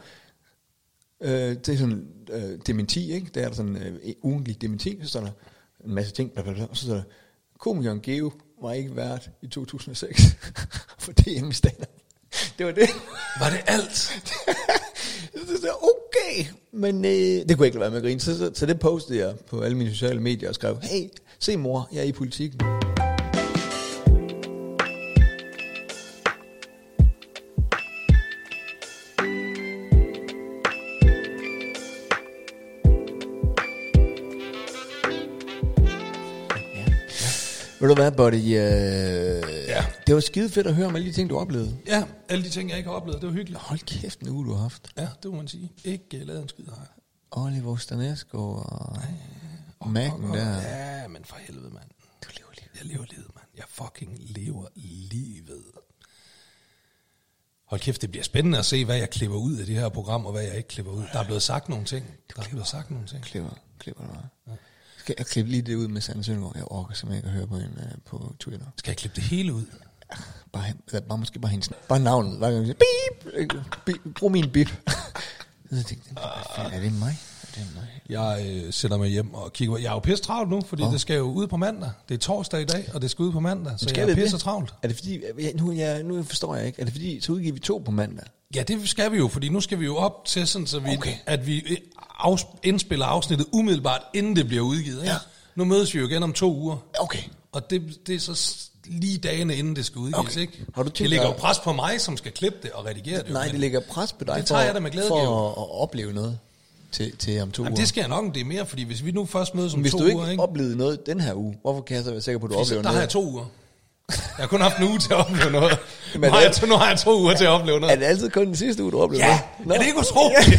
Det er sådan dementi, ikke? Der er der sådan ugentlig dementi, så står der en masse ting, blablabla, og så står der, komikeren Geo var ikke vært i 2006, for DM i stand-up. Det var det. Var det alt? Så okay, men det kunne jeg ikke lade være med at grine, så det postede jeg på alle mine sociale medier og skrev, hey, se mor, jeg er i Politikken. Ved du hvad, buddy? Det var skide fedt at høre om alle de ting, du oplevede. Ja, alle de ting, jeg ikke har oplevet. Det var hyggeligt. Hold kæft, en uge, du har haft. Ja, det må man sige. Ikke lavet en skid her. Oliver Stanesco og Mac'en der. Ja, men for helvede, mand. Du lever livet. Jeg lever livet, mand. Jeg fucking lever livet. Hold kæft, det bliver spændende at se, hvad jeg klipper ud af det her program, og hvad jeg ikke klipper ud. Der er blevet sagt nogle ting. Klipper noget. Ja. Skal jeg klippe lige det ud med Sanne Søndergaard? Jeg orker simpelthen ikke at høre på hende på Twitter. Skal jeg klippe det hele ud? Måske bare hendes bare navnet. Hver gang jeg siger, beep, brug min bip. Så tænkte jeg, er det mig? Jeg sætter mig hjem og kigger. Jeg er jo pisse travlt nu, fordi det skal jo ud på mandag. Det er torsdag i dag, og det skal ud på mandag, så jeg er pisse travlt. Er det fordi, nu forstår jeg ikke, er det fordi, så udgiver vi 2 på mandag? Ja, det skal vi jo, fordi nu skal vi jo op til sådan, så at vi indspiller afsnittet umiddelbart, inden det bliver udgivet. Ikke? Ja. Nu mødes vi jo igen om 2 uger. Okay. Og det er så lige dagene inden det skal udgives, Okay. ikke? Har du tænkt det lægger jo dig- pres på mig, som skal klippe det og redigere det. Nej, men det lægger pres på dig det tager jeg da med glæde, for at opleve noget til om 2 uger. Jamen, det sker nok, det er mere, fordi hvis vi nu først mødes om Hvis 2 du uger, ikke ikke? oplevede noget den her uge, hvorfor kan jeg så være sikker på, at du oplever Der har noget? jeg 2 uger. Jeg har kun haft en uge til at opleve noget. Men Nu har jeg 2 uger til at opleve noget. Er det altid kun den sidste uge, du oplever Ja, noget? er det ikke utroligt?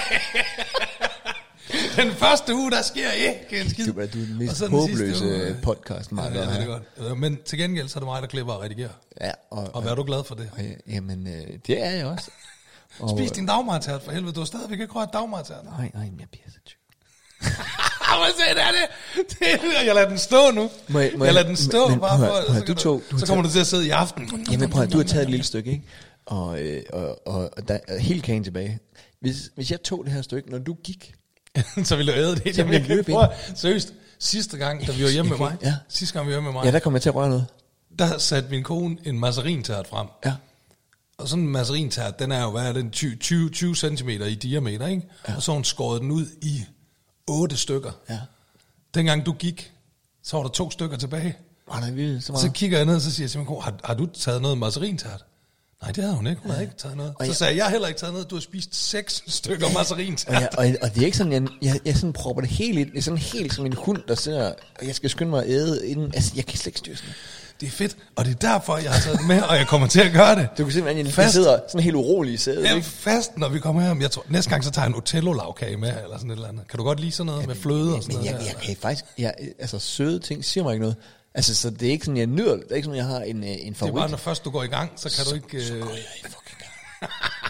Den første uge, der sker ikke en skid. Du er den Og mest så den sidste håbløse uge. podcast, Ja, Mark. det er det godt. Men til gengæld, så er det mig, der klipper og redigerer. Ja, Og er du glad for det? Jamen, det er jeg også. Og, Spis din dagmartert for helvede. Du har stadigvæk ikke rørt dagmartert. Nej, men jeg bliver så tyk. Hvad sagde det er det? Jeg lader den stå nu. Jeg lader den stå men bare prøv for... at- prøv at- så du tog- du har så kommer du til at sidde i aften. Jamen prøv at, du har taget et lille stykke, ikke? Og der er helt kagen tilbage. Hvis jeg tog det her stykke, når du gik... Så ville du æde det. Så ville jeg løbe ind. Seriøst, sidste gang, da vi var hjemme med mig. Ja. Sidste gang, vi var hjemme med mig. Ja, der kommer jeg til at røre noget. Der satte min kone en mazarintært frem. Ja. Og sådan en mazarintært, den er jo, hvad er den, 20 cm i diameter, ikke? Ja. Og så har hun skåret den ud i 8 stykker. Ja. Dengang du gik, så var der 2 stykker tilbage. Var der vildt så Og meget? så kigger jeg ned, og så siger jeg til min kone, har du taget noget mazarintært? Nej, det havde hun ikke. Hun havde ikke taget noget. Så sagde jeg heller ikke taget noget. Du har spist 6 stykker mazarintært. Og det er ikke sådan, jeg sådan propper det helt ind. Det er sådan helt som en hund, der ser, og jeg skal skynde mig at æde inden. Altså, jeg kan slet ikke styre sådan. Det er fedt, og det er derfor, jeg har taget det med, og jeg kommer til at gøre det. Du kan simpelthen, jeg Fast. sidder sådan helt urolig i sædet, Jeg er ikke? fast, når vi kommer hjem. Jeg tror, næste gang, så tager jeg en Otello-lavkage med, eller sådan et eller andet. Kan du godt lide sådan noget med fløde og sådan Men noget? jeg kan faktisk, altså søde ting siger mig ikke noget. Altså, så det er ikke sådan, jeg nyder det. Det er ikke sådan, jeg har en Det favorit. er bare, når først du går i gang, så kan du ikke... Så går jeg i fucking gang.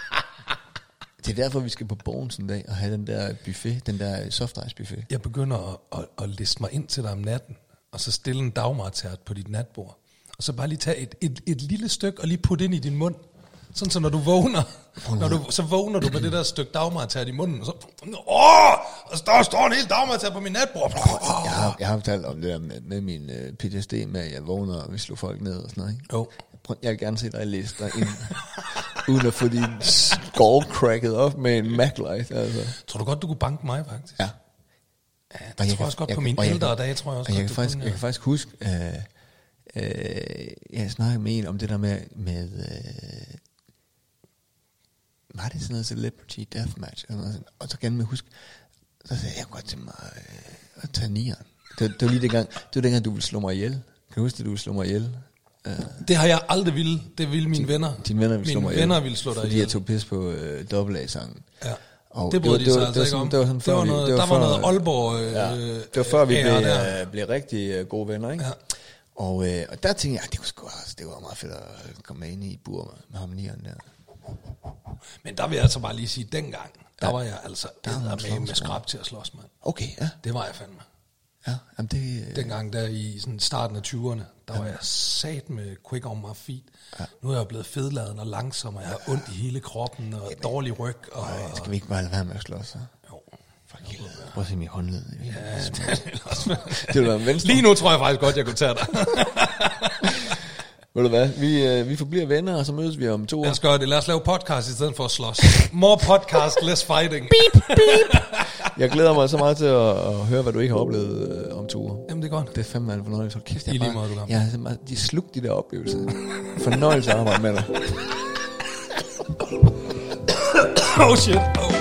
Det er derfor, vi skal på Bogens en dag og have den der buffet, den der soft ice buffet. Jeg begynder at liste mig ind til dig om natten, og så stille en dagmartert på dit natbord. Og så bare lige tage et lille stykke og lige putte ind i din mund. Sådan så når du vågner, så vågner du med det der stykke dagmartert i munden, og så... Og så står en hel dagmartert på min natbord. Jeg har fortalt om det der med min PTSD, med at jeg vågner og vil slå folk ned og sådan noget, ikke? Jo. Jeg vil gerne se dig læse dig ind, uden at få din skull cracket op med en Mac-light, altså. Tror du godt, du kunne banke mig, faktisk? Ja. Jeg tror også godt på mine ældre dage, tror jeg også og godt, jeg kan faktisk huske, jeg snakkede med en om det der med var det sådan noget Celebrity Deathmatch eller noget, og så gerne med huske, så sagde jeg godt til mig at tage nieren. Det var lige dengang du ville slå mig ihjel. Kan du huske det, du ville slå mig ihjel? Det har jeg aldrig ville. Det ville mine venner. Dine venner ville slå mig ihjel. Mine venner ville slå dig fordi ihjel. jeg tog pis på AA-sangen. Ja. Og Det brød de sig altså ikke om. Det var sådan før der var noget Aalborg. det var før vi der. blev rigtig gode venner, ikke? Ja. Og der tænkte jeg, det kunne sgu også, det var meget fedt at komme ind i bur med harmonieren der. Men der vil jeg altså bare lige sige, dengang, der var jeg altså med skrab til at slås, mand. Okay, ja. Det var jeg fandme. Ja, jamen det... Dengang der i sådan starten af 20'erne, der var jeg sat med quick on my feet. Ja. Nu er jeg blevet fedladen og langsom, og jeg har ondt i hele kroppen og dårlig ryg. Og skal vi ikke bare lade være med at slås, så? Jo. Prøv at se min håndled. Ja, det vil være en venstre. Lige nu tror jeg faktisk godt, jeg kunne tage dig. Ved du hvad, vi forbliver venner, og så mødes vi om 2 år. Lad os gøre det. Lad os lave podcast i stedet for at slås. More podcast, less fighting. Beep, beep. Jeg glæder mig så meget til at høre, hvad du ikke har oplevet om 2 år. Jamen, det er godt. Det er fandme en fornøjelse. Hold kæft, I lige måde, du gør. Jeg har de slugt de der oplevelser. Fornøjelse at arbejde med dig. Oh shit. Oh.